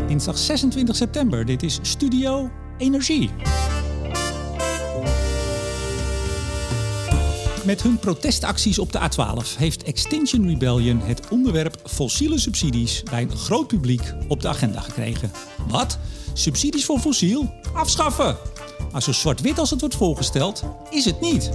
Dinsdag 26 september. Dit is Studio Energie. Met hun protestacties op de A12 heeft Extinction Rebellion het onderwerp fossiele subsidies bij een groot publiek op de agenda gekregen. Wat? Subsidies voor fossiel? Afschaffen! Maar zo zwart-wit als het wordt voorgesteld, is het niet.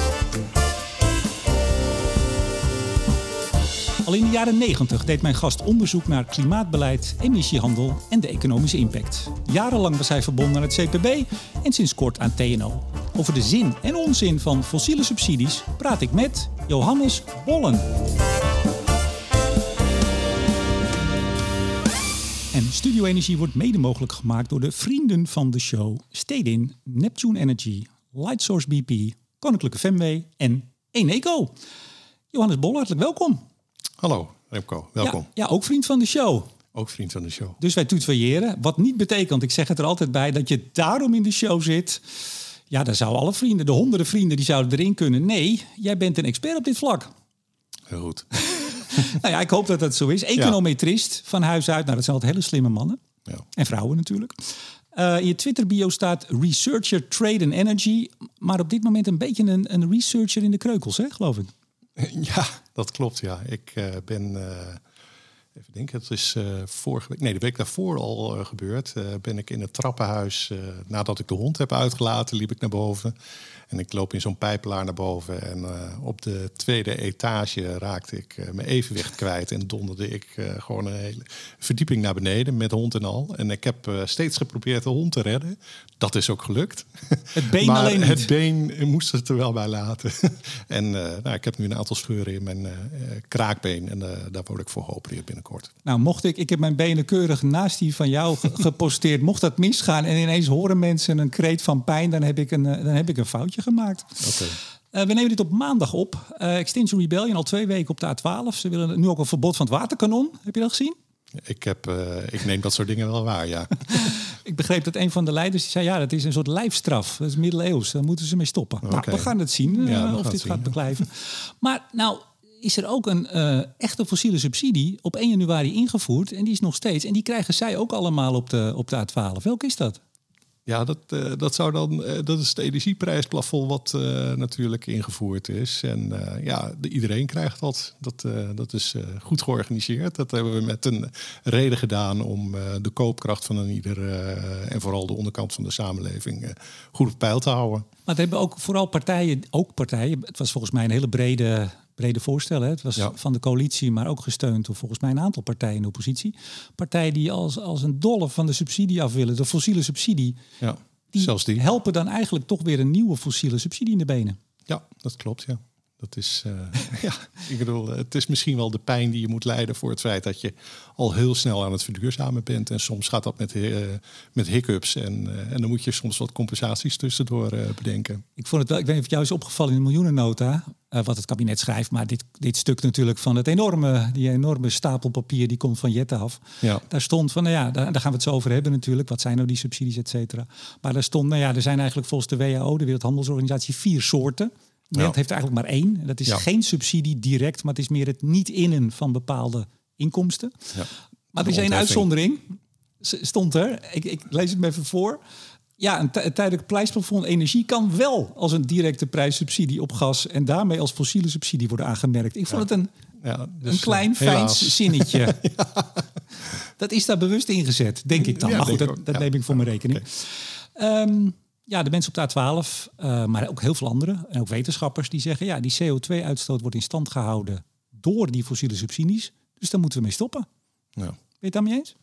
Al in de jaren 90 deed mijn gast onderzoek naar klimaatbeleid, emissiehandel en de economische impact. Jarenlang was hij verbonden aan het CPB en sinds kort aan TNO. Over de zin en onzin van fossiele subsidies praat ik met Johannes Bollen. En Studio Energie wordt mede mogelijk gemaakt door de vrienden van de show Stedin, Neptune Energy, Lightsource BP, Koninklijke Femway en Eneco. Johannes Bollen, hartelijk welkom. Hallo Remco, welkom. Ja, ook vriend van de show. Ook vriend van de show. Dus wij tutoyeren, wat niet betekent, ik zeg het er altijd bij, dat je daarom in de show zit. Ja, daar zouden alle vrienden, de honderden vrienden, die zouden erin kunnen. Nee, jij bent een expert op dit vlak. Heel goed. Nou ja, ik hoop dat dat zo is. Econometrist van huis uit. Nou, dat zijn altijd hele slimme mannen. Ja. En vrouwen natuurlijk. In je Twitter-bio staat Researcher Trade and Energy. Maar op dit moment een beetje een researcher in de kreukels, hè, geloof ik. Ja, dat klopt, ja. Ik ben, even denken, het is vorige week, nee, de week daarvoor al gebeurd. Ben ik in het trappenhuis, nadat ik de hond heb uitgelaten, liep ik naar boven. En ik loop in zo'n pijpelaar naar boven. En op de tweede etage raakte ik mijn evenwicht kwijt. En donderde ik gewoon een hele verdieping naar beneden met hond en al. En ik heb steeds geprobeerd de hond te redden. Dat is ook gelukt. Het been maar alleen niet. Het been moest het er wel bij laten. En ik heb nu een aantal scheuren in mijn kraakbeen. En daar word ik voor geopereerd binnenkort. Nou, ik heb mijn benen keurig naast die van jou geposteerd. Mocht dat misgaan en ineens horen mensen een kreet van pijn, dan heb ik een foutje gemaakt. Okay. We nemen dit op maandag op. Extinction Rebellion al 2 weken op de A12. Ze willen nu ook een verbod van het waterkanon. Heb je dat gezien? Ik neem dat soort dingen wel waar, ja. Ik begreep dat een van de leiders die zei, ja, dat is een soort lijfstraf. Dat is middeleeuws. Daar moeten ze mee stoppen. Okay. Nou, we gaan het zien of dit gaat beklijven. Maar nou is er ook een echte fossiele subsidie op 1 januari ingevoerd. En die is nog steeds. En die krijgen zij ook allemaal op de A12. Welke is dat? Ja, dat is het energieprijsplafond wat natuurlijk ingevoerd is. En iedereen krijgt dat. Dat is goed georganiseerd. Dat hebben we met een reden gedaan om de koopkracht van een ieder en vooral de onderkant van de samenleving goed op peil te houden. Maar het hebben ook vooral partijen. Het was volgens mij een hele brede voorstel. Hè? Het was van de coalitie, maar ook gesteund door volgens mij een aantal partijen in de oppositie. Partijen die als een dolle van de subsidie af willen, de fossiele subsidie. Ja, zelfs die helpen dan eigenlijk toch weer een nieuwe fossiele subsidie in de benen. Ja, dat klopt, ja. Dat is, ik bedoel, het is misschien wel de pijn die je moet lijden voor het feit dat je al heel snel aan het verduurzamen bent. En soms gaat dat met hiccups en dan moet je soms wat compensaties tussendoor bedenken. Ik vond het wel, ik weet niet of jou is opgevallen in de miljoenennota, wat het kabinet schrijft, maar dit stuk natuurlijk van die enorme stapel papier die komt van Jette af. Ja. Daar stond van, daar gaan we het zo over hebben natuurlijk. Wat zijn nou die subsidies, et cetera. Maar daar stond, er zijn eigenlijk volgens de WHO, de Wereldhandelsorganisatie, 4 soorten. Nederland heeft eigenlijk maar 1. Dat is geen subsidie direct, maar het is meer het niet innen van bepaalde inkomsten. Ja. Maar er is 1 uitzondering. Stond er. Ik lees het me even voor. Ja, een tijdelijk prijsplafond energie kan wel als een directe prijssubsidie op gas en daarmee als fossiele subsidie worden aangemerkt. Ik vond het een klein, fijn zinnetje. Ja. Dat is daar bewust ingezet, denk ik dan. Ja, maar goed, dat neem ik voor mijn rekening. Okay. De mensen op de A12, maar ook heel veel anderen en ook wetenschappers die zeggen, die CO2-uitstoot wordt in stand gehouden door die fossiele subsidies. Dus daar moeten we mee stoppen. Ja. Ben je het daarmee eens?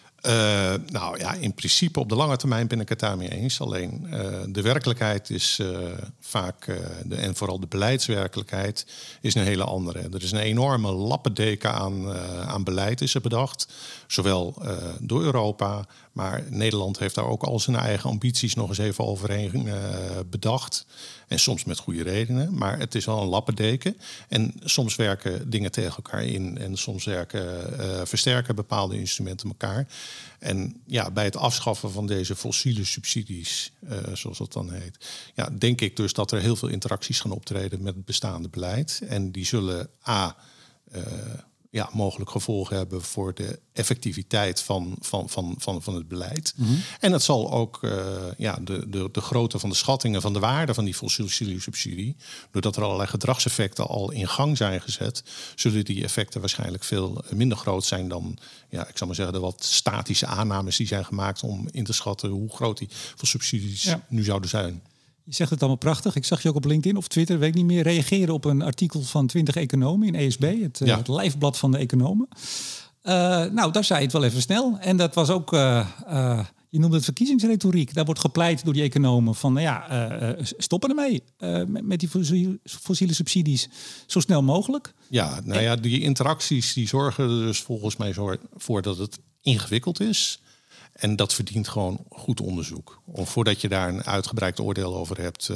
In principe op de lange termijn ben ik het daarmee eens. Alleen de werkelijkheid is vaak, en vooral de beleidswerkelijkheid, is een hele andere. Er is een enorme lappendeken aan beleid is er bedacht. Zowel door Europa, maar Nederland heeft daar ook al zijn eigen ambities nog eens even overheen bedacht. En soms met goede redenen, maar het is al een lappendeken. En soms werken dingen tegen elkaar in en soms versterken bepaalde instrumenten elkaar. En bij het afschaffen van deze fossiele subsidies, zoals dat dan heet, denk ik dus dat er heel veel interacties gaan optreden met het bestaande beleid. En die zullen mogelijk gevolgen hebben voor de effectiviteit van het beleid. Mm-hmm. En het zal ook de grootte van de schattingen van de waarde van die fossiele subsidie, doordat er allerlei gedragseffecten al in gang zijn gezet, zullen die effecten waarschijnlijk veel minder groot zijn dan, ik zal maar zeggen, de wat statische aannames die zijn gemaakt om in te schatten hoe groot die subsidies nu zouden zijn. Je zegt het allemaal prachtig. Ik zag je ook op LinkedIn of Twitter, weet ik niet meer, reageren op een artikel van 20 economen in ESB, het lijfblad van de economen. Daar zei je het wel even snel. En dat was ook, je noemde het verkiezingsretoriek. Daar wordt gepleit door die economen van, stoppen ermee met die fossiele subsidies zo snel mogelijk. Ja, die interacties die zorgen er dus volgens mij voor dat het ingewikkeld is. En dat verdient gewoon goed onderzoek. Voordat je daar een uitgebreid oordeel over hebt.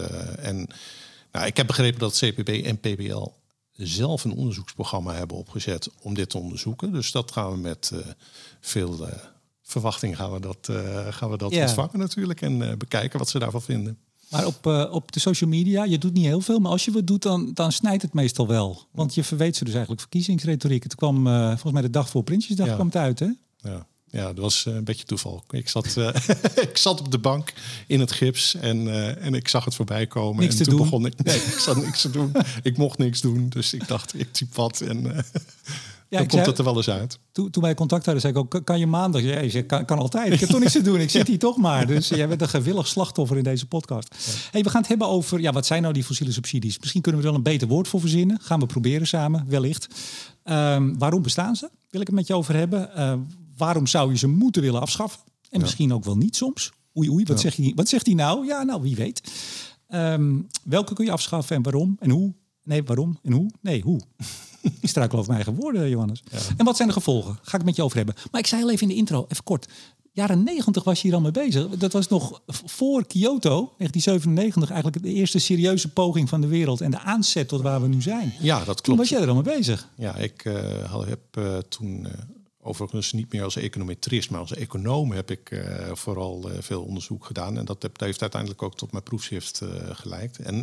Ik heb begrepen dat CPB en PBL zelf een onderzoeksprogramma hebben opgezet om dit te onderzoeken. Dus dat gaan we met veel verwachting gaan we dat ontvangen natuurlijk. En bekijken wat ze daarvan vinden. Maar op de social media, je doet niet heel veel, maar als je wat doet, dan snijdt het meestal wel. Want je verweet ze dus eigenlijk verkiezingsretoriek. Het kwam volgens mij de dag voor Prinsjesdag kwam het uit, hè? Ja, dat was een beetje toeval. Ik zat op de bank in het gips en ik zag het voorbij komen. Niks en te toen doen? begon ik. Nee, ik zat niks te doen. Ik mocht niks doen, dus ik dacht, ik typ wat en dan komt het er wel eens uit. Toen wij contact hadden, zei ik ook, kan je maandag? Ja, je zei, kan altijd. Ik heb toch niks te doen. Ik zit hier toch maar. Dus jij bent een gewillig slachtoffer in deze podcast. Ja. Hey, we gaan het hebben over, wat zijn nou die fossiele subsidies? Misschien kunnen we er wel een beter woord voor verzinnen. Gaan we proberen samen, wellicht. Waarom bestaan ze? Wil ik het met je over hebben. Waarom zou je ze moeten willen afschaffen? En misschien ook wel niet soms. Oei, wat zegt hij nou? Ja, nou, wie weet. Welke kun je afschaffen en waarom en hoe? Nee, waarom en hoe? Nee, hoe? Ik struikel over mijn eigen woorden, Johannes. Ja. En wat zijn de gevolgen? Ga ik het met je over hebben. Maar ik zei al even in de intro, even kort. Jaren 90 was je hier al mee bezig. Dat was nog voor Kyoto, 1997, eigenlijk de eerste serieuze poging van de wereld en de aanzet tot waar we nu zijn. Ja, dat klopt. Toen was jij er al mee bezig. Ja, ik heb toen... overigens niet meer als econometrist, maar als econoom heb ik vooral veel onderzoek gedaan. En dat heeft uiteindelijk ook tot mijn proefschrift geleid. En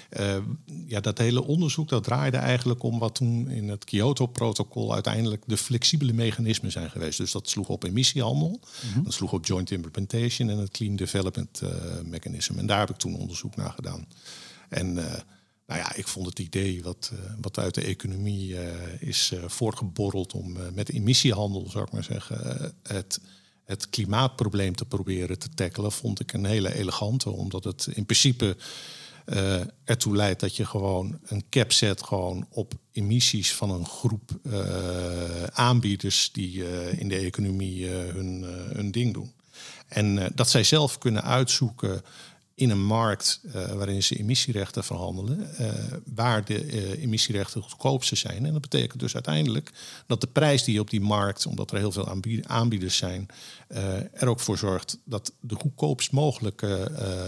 dat hele onderzoek dat draaide eigenlijk om wat toen in het Kyoto-protocol uiteindelijk de flexibele mechanismen zijn geweest. Dus dat sloeg op emissiehandel, dat sloeg op joint implementation en het clean development mechanism. En daar heb ik toen onderzoek naar gedaan. En ik vond het idee wat uit de economie is voortgeborreld om met emissiehandel, zou ik maar zeggen, het klimaatprobleem te proberen te tackelen, vond ik een hele elegante. Omdat het in principe ertoe leidt dat je gewoon een cap zet gewoon op emissies van een groep aanbieders die in de economie hun ding doen. En dat zij zelf kunnen uitzoeken in een markt waarin ze emissierechten verhandelen, waar de emissierechten het goedkoopste zijn. En dat betekent dus uiteindelijk dat de prijs die op die markt, omdat er heel veel aanbieders zijn, er ook voor zorgt dat de goedkoopst mogelijke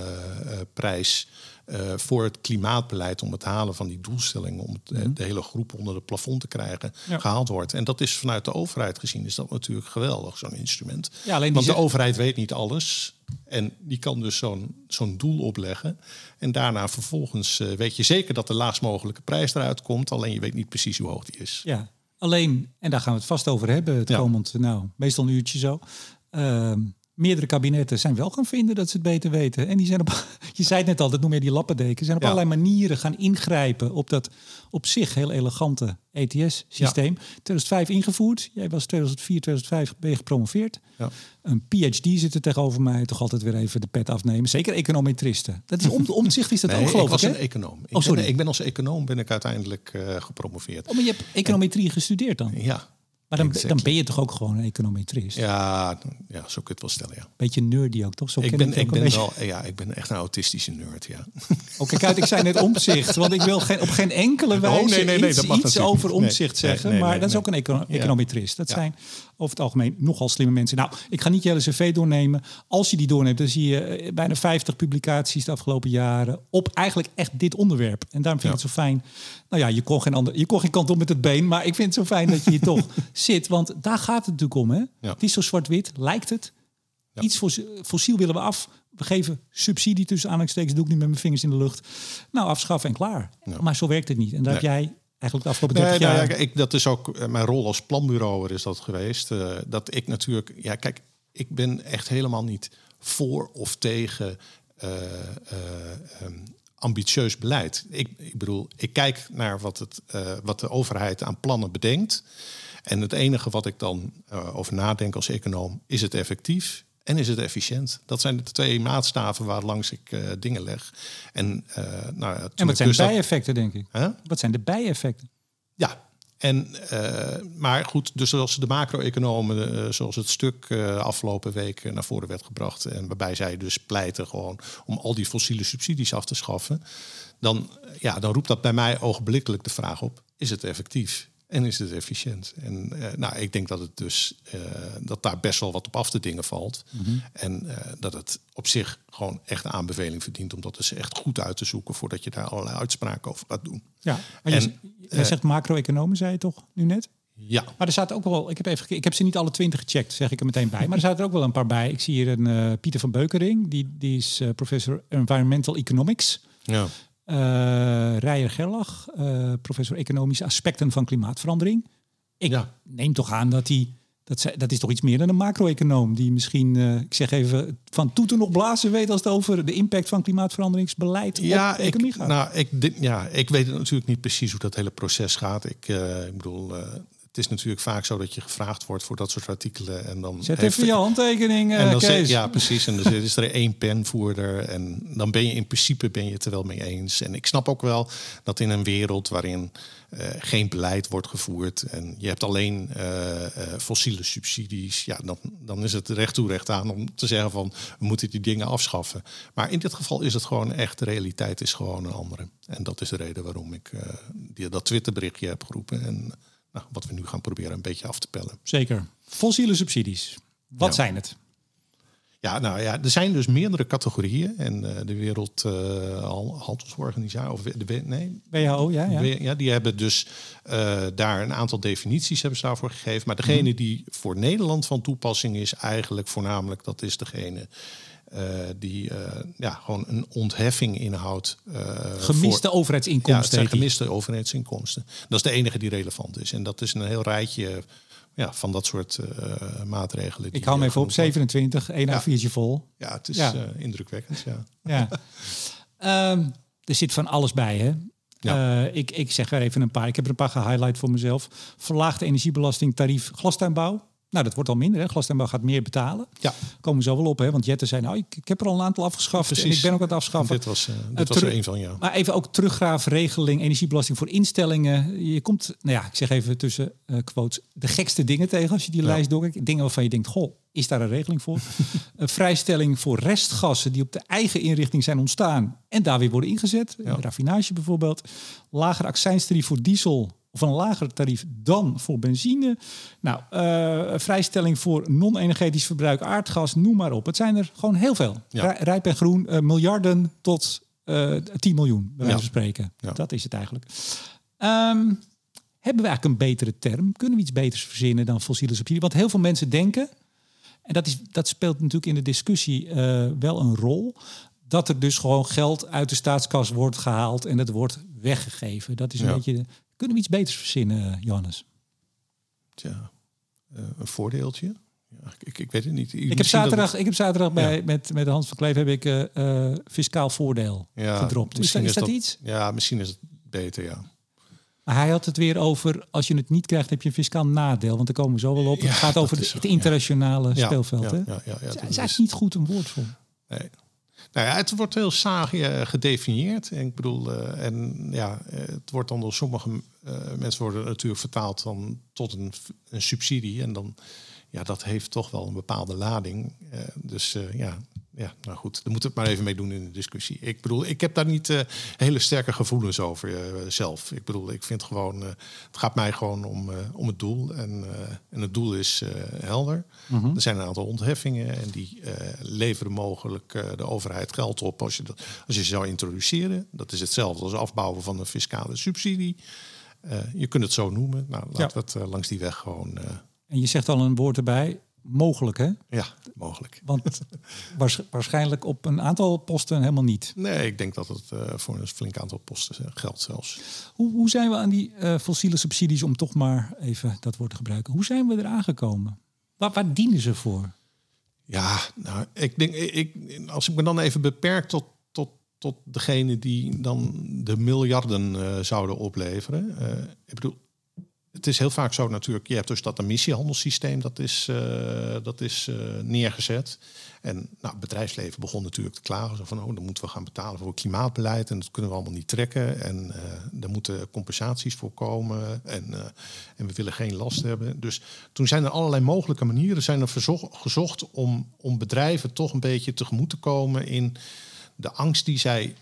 prijs voor het klimaatbeleid, om het halen van die doelstellingen, om de hele groep onder het plafond te krijgen, gehaald wordt. En dat is vanuit de overheid gezien, is dat natuurlijk geweldig, zo'n instrument. Ja, want de overheid weet niet alles. En die kan dus zo'n doel opleggen. En daarna vervolgens weet je zeker dat de laagst mogelijke prijs eruit komt. Alleen je weet niet precies hoe hoog die is. Ja, alleen, en daar gaan we het vast over hebben, het komend, meestal een uurtje zo. Meerdere kabinetten zijn wel gaan vinden dat ze het beter weten. En die zijn je zei het net al, dat noem je die lappendeken, zijn op allerlei manieren gaan ingrijpen op dat op zich heel elegante ETS-systeem. 2005 ingevoerd. Jij was 2004, 2005 ben je gepromoveerd. Ja. Een PhD zit er tegenover mij, toch altijd weer even de pet afnemen. Zeker econometristen. Dat is Omtzigt is dat ook, geloof ik. Ik was een econoom. Ik ben als econoom uiteindelijk gepromoveerd. Maar je hebt econometrie gestudeerd dan? Ja. Maar dan ben je toch ook gewoon een econometrist? Ja, zo kun je het wel stellen, ja. Beetje nerdy ook, toch? Ik ben echt een autistische nerd, ja. Kijk uit, ik zei net Omtzigt, want ik wil op geen enkele wijze iets over Omtzigt zeggen. Maar dat is ook een econometrist. Dat zijn over het algemeen nogal slimme mensen. Nou, ik ga niet je hele cv doornemen. Als je die doorneemt, dan zie je bijna 50 publicaties de afgelopen jaren op eigenlijk echt dit onderwerp. En daarom vind ik het zo fijn. Nou ja, je kon geen kant op met het been, maar ik vind het zo fijn dat je hier toch zit. Want daar gaat het natuurlijk om, hè? Ja. Het is zo zwart-wit, lijkt het. Ja. Iets fossiel willen we af. We geven subsidie tussen aanhalingstekens. Doe ik niet met mijn vingers in de lucht. Nou, afschaffen en klaar. Ja. Maar zo werkt het niet. En daar heb jij Eigenlijk de afgelopen 30 jaar. Nou ja, dat is ook mijn rol als planbureauer is dat geweest. Dat ik natuurlijk... Ja, kijk, ik ben echt helemaal niet voor of tegen ambitieus beleid. Ik bedoel, ik kijk naar wat de overheid aan plannen bedenkt. En het enige wat ik dan over nadenk als econoom, is het effectief en is het efficiënt? Dat zijn de 2 maatstaven waar langs ik dingen leg. En wat zijn de bijeffecten, denk ik? Huh? Wat zijn de bijeffecten? Ja, maar goed, dus zoals de macro-economen, zoals het stuk afgelopen week naar voren werd gebracht, en waarbij zij dus pleiten gewoon om al die fossiele subsidies af te schaffen, dan roept dat bij mij ogenblikkelijk de vraag op: is het effectief? En is het efficiënt? En ik denk dat het dus dat daar best wel wat op af te dingen valt. Mm-hmm. En dat het op zich gewoon echt aanbeveling verdient om dat dus echt goed uit te zoeken voordat je daar allerlei uitspraken over gaat doen. Ja, maar jij zegt macro-economen, zei je toch nu net? Ja. Maar er zaten ook wel, ik heb ze niet alle 20 gecheckt, zeg ik er meteen bij. Maar er zaten er ook wel een paar bij. Ik zie hier een Pieter van Beukering, die is professor Environmental Economics. Ja. Rijer Gerlach, professor Economische Aspecten van Klimaatverandering. Ik neem toch aan dat is toch iets meer dan een macro-econoom die misschien, ik zeg even, van toeten nog blazen weet als het over de impact van klimaatveranderingsbeleid op de economie gaat. Ik weet natuurlijk niet precies hoe dat hele proces gaat. Ik bedoel, het is natuurlijk vaak zo dat je gevraagd wordt voor dat soort artikelen. En dan zet even je handtekening, Kees. Ja, precies. En dan is er 1 penvoerder. En dan ben je in principe het er wel mee eens. En ik snap ook wel dat in een wereld waarin geen beleid wordt gevoerd en je hebt alleen fossiele subsidies, dan is het recht toe recht aan om te zeggen van we moeten die dingen afschaffen. Maar in dit geval is het gewoon echt, de realiteit is gewoon een andere. En dat is de reden waarom ik dat Twitterberichtje heb geroepen en wat we nu gaan proberen een beetje af te pellen. Zeker. Fossiele subsidies. Wat zijn het? Ja, er zijn dus meerdere categorieën. En de Wereldhandelsorganisatie, WHO, die hebben dus daar een aantal definities hebben ze daarvoor gegeven. Maar degene die voor Nederland van toepassing is, eigenlijk voornamelijk, dat is degene die gewoon een ontheffing inhoudt. Gemiste overheidsinkomsten. Ja, het zijn gemiste overheidsinkomsten. Dat is de enige die relevant is. En dat is een heel rijtje van dat soort maatregelen. Ik hou me even op, 27, 1 A4'tje vol. Ja, het is indrukwekkend, Er zit van alles bij, hè? Ja. Ik zeg er even een paar. Ik heb er een paar gehighlight voor mezelf. Verlaagde energiebelasting, tarief glastuinbouw. Nou, dat wordt al minder. Hè? Glastuinbouw gaat meer betalen. Ja. Komen we zo wel op, hè? Want Jette zei, ik heb er al een aantal afgeschaft. En ik ben ook aan het afschaffen. Dit was er een van, ja. Maar even ook teruggraafregeling, energiebelasting voor instellingen. Je komt, ik zeg even tussen quotes, de gekste dingen tegen als je die lijst doorkijkt. Dingen waarvan je denkt, is daar een regeling voor? Vrijstelling voor restgassen die op de eigen inrichting zijn ontstaan en daar weer worden ingezet. Raffinage bijvoorbeeld. Lager accijnstarief voor diesel of een lager tarief dan voor benzine. Vrijstelling voor non-energetisch verbruik, aardgas, noem maar op. Het zijn er gewoon heel veel. Ja. Rijp en groen, miljarden tot 10 miljoen, bij wijze van spreken. Ja. Dat is het eigenlijk. Hebben we eigenlijk een betere term? Kunnen we iets beters verzinnen dan fossiele subsidie? Want heel veel mensen denken, en dat speelt natuurlijk in de discussie wel een rol, dat er dus gewoon geld uit de staatskas wordt gehaald en het wordt weggegeven. Dat is een beetje... Kunnen we iets beters verzinnen, Johannes? Tja, een voordeeltje? Ja, ik weet het niet. Ik heb zaterdag met Hans van Kleef heb ik fiscaal voordeel gedropt. Is dat iets? Ja, misschien is het beter, ja. Maar hij had het weer over, als je het niet krijgt, heb je een fiscaal nadeel. Want daar komen we zo wel op. Het gaat over het internationale speelveld. Hè? Het is eigenlijk niet goed een woord voor. Nee. Het wordt heel saag gedefinieerd. En ik bedoel, het wordt dan door sommige mensen worden natuurlijk vertaald dan tot een subsidie. En dan, dat heeft toch wel een bepaalde lading. Nou goed, daar moeten we het maar even mee doen in de discussie. Ik bedoel, ik heb daar niet hele sterke gevoelens over zelf. Ik bedoel, ik vind gewoon, het gaat mij gewoon om het doel. En het doel is helder. Mm-hmm. Er zijn een aantal ontheffingen en die leveren mogelijk de overheid geld op als je ze zou introduceren. Dat is hetzelfde als afbouwen van een fiscale subsidie. Je kunt het zo noemen. Nou, laten we het langs die weg gewoon... En je zegt al een woord erbij. mogelijk, hè? Ja, mogelijk. Want waarschijnlijk op een aantal posten helemaal niet. Nee, ik denk dat het voor een flink aantal posten geldt zelfs. Hoe zijn we aan die fossiele subsidies, om toch maar even dat woord te gebruiken, hoe zijn we eraan gekomen? Waar dienen ze voor? Ja, nou, ik denk, als ik me dan even beperk tot degene die dan de miljarden zouden opleveren. Ik bedoel, het is heel vaak zo natuurlijk, je hebt dus dat emissiehandelssysteem, dat is neergezet. En nou, het bedrijfsleven begon natuurlijk te klagen. Zo van, dan moeten we gaan betalen voor klimaatbeleid. En dat kunnen we allemaal niet trekken. En er moeten compensaties voor komen. En we willen geen last hebben. Dus toen zijn er allerlei mogelijke manieren gezocht om bedrijven toch een beetje tegemoet te komen in de angst die zij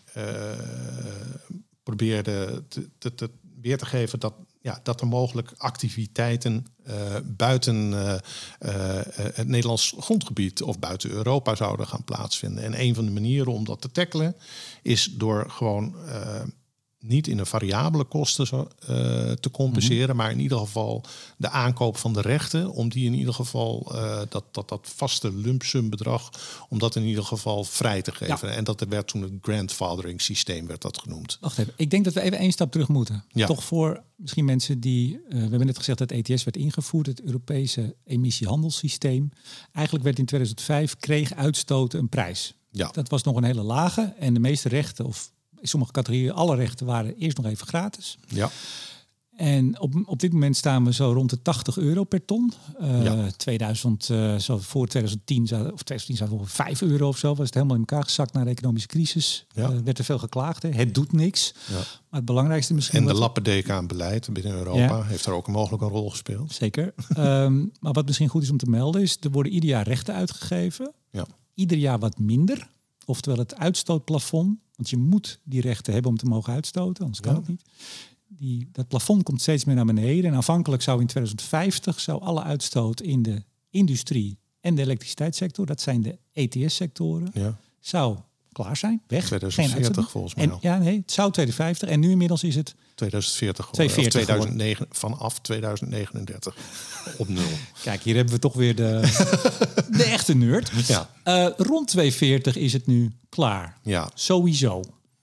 probeerden weer te geven dat er mogelijk activiteiten buiten het Nederlands grondgebied of buiten Europa zouden gaan plaatsvinden. En een van de manieren om dat te tackelen is door gewoon niet in de variabele kosten te compenseren, maar in ieder geval de aankoop van de rechten, om die in ieder geval dat vaste lump sum bedrag, om dat in ieder geval vrij te geven. Ja. En dat werd toen het grandfathering systeem werd dat genoemd. Wacht even, ik denk dat we even één stap terug moeten. Ja. Toch voor misschien mensen die, we hebben net gezegd dat ETS werd ingevoerd, het Europese emissiehandelssysteem. Eigenlijk werd in 2005, kreeg uitstoten een prijs. Ja. Dat was nog een hele lage en de meeste rechten, of in sommige categorieën, alle rechten waren eerst nog even gratis. Ja. En op dit moment staan we zo rond de €80 per ton. 2000, zo voor 2010, of 2010 zaten we op €5 of zo. Was het helemaal in elkaar gezakt na de economische crisis. Werd er veel geklaagd. Hè. Het doet niks. Ja. Maar het belangrijkste misschien... En de lappendeken aan beleid binnen Europa heeft er ook mogelijk een rol gespeeld. Zeker. Maar wat misschien goed is om te melden is, er worden ieder jaar rechten uitgegeven. Ja. Ieder jaar wat minder. Oftewel het uitstootplafond. Want je moet die rechten hebben om te mogen uitstoten, anders kan het niet. Dat plafond komt steeds meer naar beneden. En aanvankelijk zou in 2050 alle uitstoot in de industrie en de elektriciteitssector, dat zijn de ETS-sectoren, zou klaar zijn, weg. 2040 volgens mij. Het zou 2050 en nu inmiddels is het 2040 2009, vanaf 2039 op 0. Kijk, hier hebben we toch weer de echte nerd. Ja. Rond 2040 is het nu klaar. Ja. Sowieso.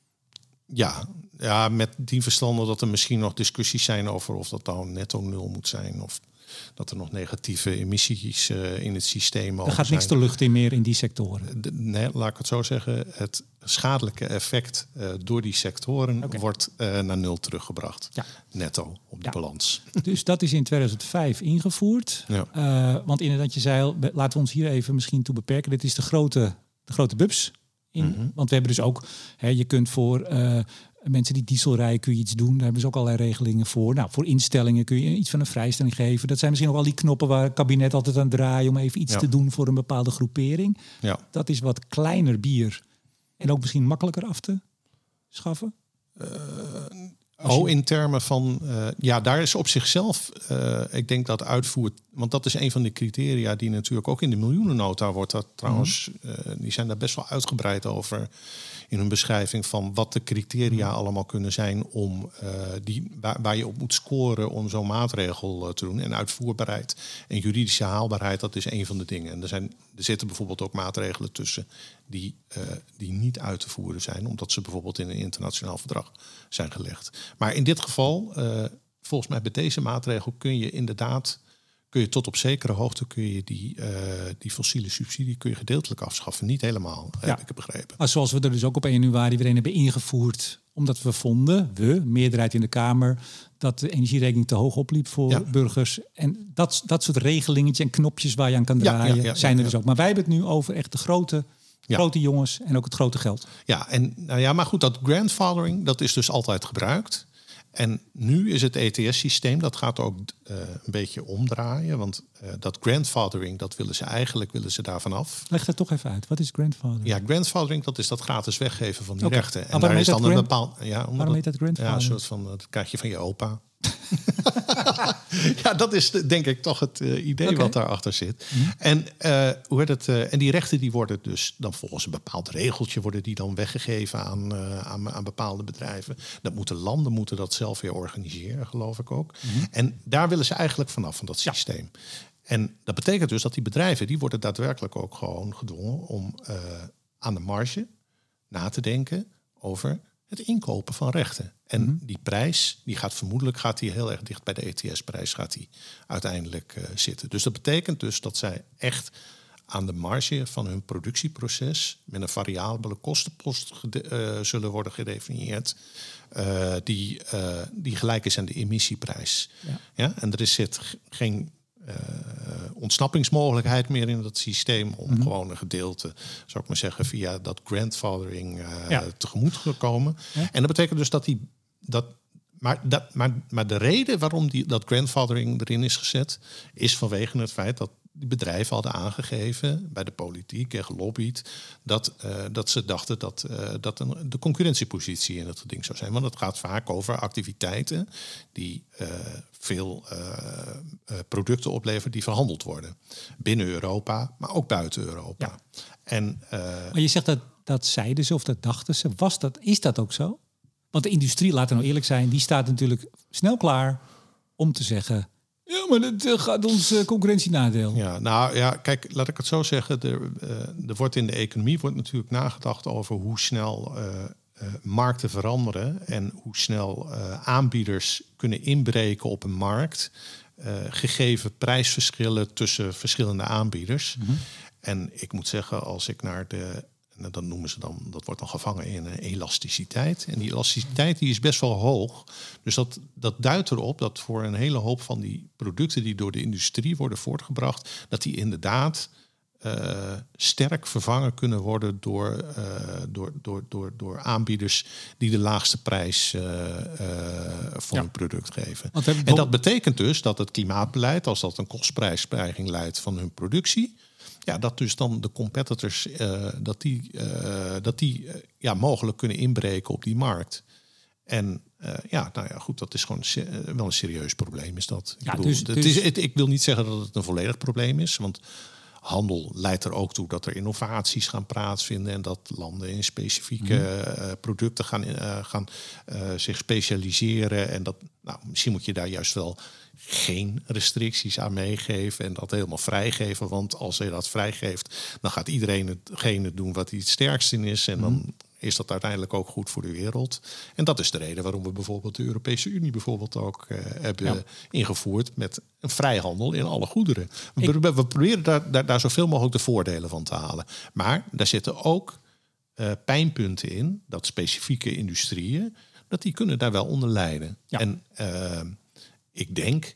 Ja, met die verstande dat er misschien nog discussies zijn over of dat dan netto 0 moet zijn, of dat er nog negatieve emissies in het systeem zijn. Er gaat niks de lucht in meer in die sectoren. Nee, laat ik het zo zeggen. Het schadelijke effect door die sectoren wordt naar 0 teruggebracht. Ja. Netto op de balans. Dus dat is in 2005 ingevoerd. Ja. Want inderdaad, je zei al, laten we ons hier even misschien toe beperken. Dit is de grote bubs. Want we hebben dus ook, je kunt voor mensen die diesel rijden, kun je iets doen. Daar hebben ze ook allerlei regelingen voor. Nou, voor instellingen kun je iets van een vrijstelling geven. Dat zijn misschien ook al die knoppen waar het kabinet altijd aan draait om even iets te doen voor een bepaalde groepering. Ja. Dat is wat kleiner bier en ook misschien makkelijker af te schaffen. In termen van... daar is op zichzelf... ik denk dat uitvoer... Want dat is een van de criteria die natuurlijk ook in de miljoenennota wordt. Dat trouwens, die zijn daar best wel uitgebreid over in hun beschrijving van wat de criteria allemaal kunnen zijn om waar je op moet scoren om zo'n maatregel te doen. En uitvoerbaarheid en juridische haalbaarheid, dat is een van de dingen. En er zitten bijvoorbeeld ook maatregelen tussen die niet uit te voeren zijn, omdat ze bijvoorbeeld in een internationaal verdrag zijn gelegd. Maar in dit geval, volgens mij bij deze maatregel kun je tot op zekere hoogte die fossiele subsidie gedeeltelijk afschaffen. Niet helemaal, heb ik begrepen. Maar zoals we er dus ook op 1 januari weer een hebben ingevoerd, omdat we vonden, meerderheid in de Kamer, dat de energierekening te hoog opliep voor burgers. En dat soort regelingetjes en knopjes waar je aan kan draaien, zijn er dus ook. Maar wij hebben het nu over echt de grote jongens en ook het grote geld. Ja, maar goed, dat grandfathering, dat is dus altijd gebruikt. En nu is het ETS-systeem, dat gaat ook een beetje omdraaien. Want dat grandfathering, dat willen ze daarvan af. Leg dat toch even uit. Wat is grandfathering? Ja, grandfathering, dat is dat gratis weggeven van die rechten. En daar is dan een bepaald... Waarom heet dat grandfathering? Ja, een soort van, dat krijg je van je opa. Dat is denk ik toch het idee wat daarachter zit. En en die rechten die worden dus dan volgens een bepaald regeltje worden die dan weggegeven aan bepaalde bedrijven. Dat moeten landen dat zelf weer organiseren, geloof ik ook. En daar willen ze eigenlijk vanaf, van dat systeem. En dat betekent dus dat die bedrijven, die worden daadwerkelijk ook gewoon gedwongen om aan de marge na te denken over het inkopen van rechten. En die prijs, gaat die heel erg dicht bij de ETS-prijs uiteindelijk zitten. Dus dat betekent dus dat zij echt aan de marge van hun productieproces met een variabele kostenpost zullen worden gedefinieerd, die gelijk is aan de emissieprijs. Ja, en er zit geen ontsnappingsmogelijkheid meer in dat systeem om gewoon een gedeelte, zou ik maar zeggen, via dat grandfathering tegemoet te komen. Ja. En dat betekent dus maar de reden waarom dat grandfathering erin is gezet, is vanwege het feit dat die bedrijven hadden aangegeven bij de politiek en gelobbyd dat ze dachten dat de concurrentiepositie in het ding zou zijn. Want het gaat vaak over activiteiten die veel producten opleveren die verhandeld worden. Binnen Europa, maar ook buiten Europa. Ja. En, maar je zegt dat zeiden ze of dat dachten ze. Is dat ook zo? Want de industrie, laten we nou eerlijk zijn, die staat natuurlijk snel klaar om te zeggen, ja, maar dat gaat ons concurrentienadeel. Ja, nou ja, kijk, laat ik het zo zeggen. Er wordt in de economie natuurlijk nagedacht over hoe snel markten veranderen en hoe snel aanbieders kunnen inbreken op een markt, gegeven prijsverschillen tussen verschillende aanbieders. En ik moet zeggen, als ik naar dat noemen ze dan, dat wordt dan gevangen in een elasticiteit. En die elasticiteit die is best wel hoog. Dus dat duidt erop dat voor een hele hoop van die producten die door de industrie worden voortgebracht, dat die inderdaad sterk vervangen kunnen worden door aanbieders die de laagste prijs voor hun product geven. En dat betekent dus dat het klimaatbeleid, als dat een kostprijsstijging leidt van hun productie, ja, dat dus dan de competitors mogelijk kunnen inbreken op die markt. En goed, dat is gewoon wel een serieus probleem. Is dat? Ik wil niet zeggen dat het een volledig probleem is, want handel leidt er ook toe dat er innovaties gaan plaatsvinden en dat landen in specifieke producten gaan zich specialiseren. En dat, misschien moet je daar juist wel geen restricties aan meegeven en dat helemaal vrijgeven. Want als je dat vrijgeeft, dan gaat iedereen hetgene doen wat hij het sterkst in is. En dan is dat uiteindelijk ook goed voor de wereld. En dat is de reden waarom we bijvoorbeeld de Europese Unie bijvoorbeeld ook hebben ingevoerd met een vrijhandel in alle goederen. We proberen daar zoveel mogelijk de voordelen van te halen. Maar daar zitten ook pijnpunten in, dat specifieke industrieën, dat die kunnen daar wel onder lijden. Ja. En ik denk,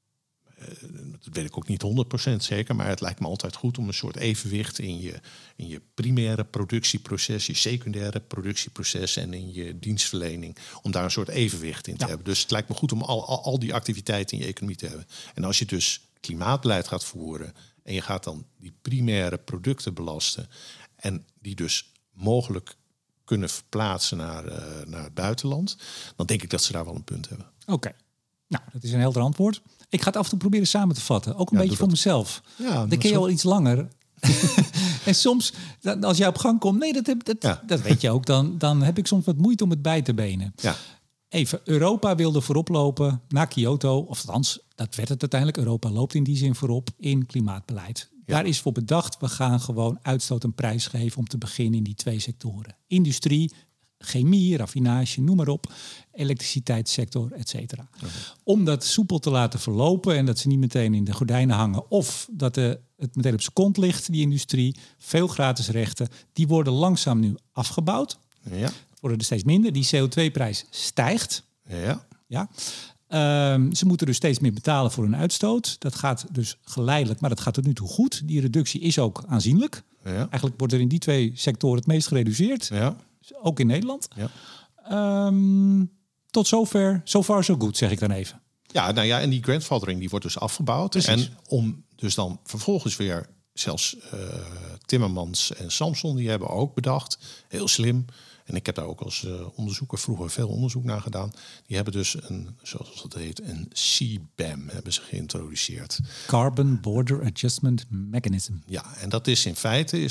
dat weet ik ook niet 100% zeker, maar het lijkt me altijd goed om een soort evenwicht in je primaire productieproces, je secundaire productieproces en in je dienstverlening, om daar een soort evenwicht in te hebben. Dus het lijkt me goed om al die activiteiten in je economie te hebben. En als je dus klimaatbeleid gaat voeren en je gaat dan die primaire producten belasten en die dus mogelijk kunnen verplaatsen naar het buitenland, dan denk ik dat ze daar wel een punt hebben. Oké. Nou, dat is een helder antwoord. Ik ga het af en toe proberen samen te vatten. Ook een beetje voor mezelf. Ja, dan ken je al iets langer. En soms, als jij op gang komt, dat weet je ook, dan heb ik soms wat moeite om het bij te benen. Ja. Even, Europa wilde voorop lopen naar Kyoto. Of althans, dat werd het uiteindelijk. Europa loopt in die zin voorop in klimaatbeleid. Ja. Daar is voor bedacht, we gaan gewoon uitstoot een prijs geven om te beginnen in die 2 sectoren. Industrie, chemie, raffinage, noem maar op, elektriciteitssector, et cetera. Om dat soepel te laten verlopen en dat ze niet meteen in de gordijnen hangen of dat het meteen op zijn kont ligt, die industrie, veel gratis rechten, die worden langzaam nu afgebouwd. Ja. Worden er steeds minder. Die CO2-prijs stijgt. Ja. Ze moeten dus steeds meer betalen voor hun uitstoot. Dat gaat dus geleidelijk, maar dat gaat tot nu toe goed. Die reductie is ook aanzienlijk. Ja. Eigenlijk wordt er in die 2 sectoren het meest gereduceerd. Ja. Ook in Nederland. Ja. Tot zover, so far so good, zeg ik dan even. Ja, nou ja, en die grandfathering die wordt dus afgebouwd. Precies. En om dus dan vervolgens weer, zelfs Timmermans en Samson, die hebben ook bedacht, heel slim. En ik heb daar ook als onderzoeker vroeger veel onderzoek naar gedaan. Die hebben dus zoals dat heet, een CBAM hebben ze geïntroduceerd. Carbon Border Adjustment Mechanism. Ja, en dat is in feite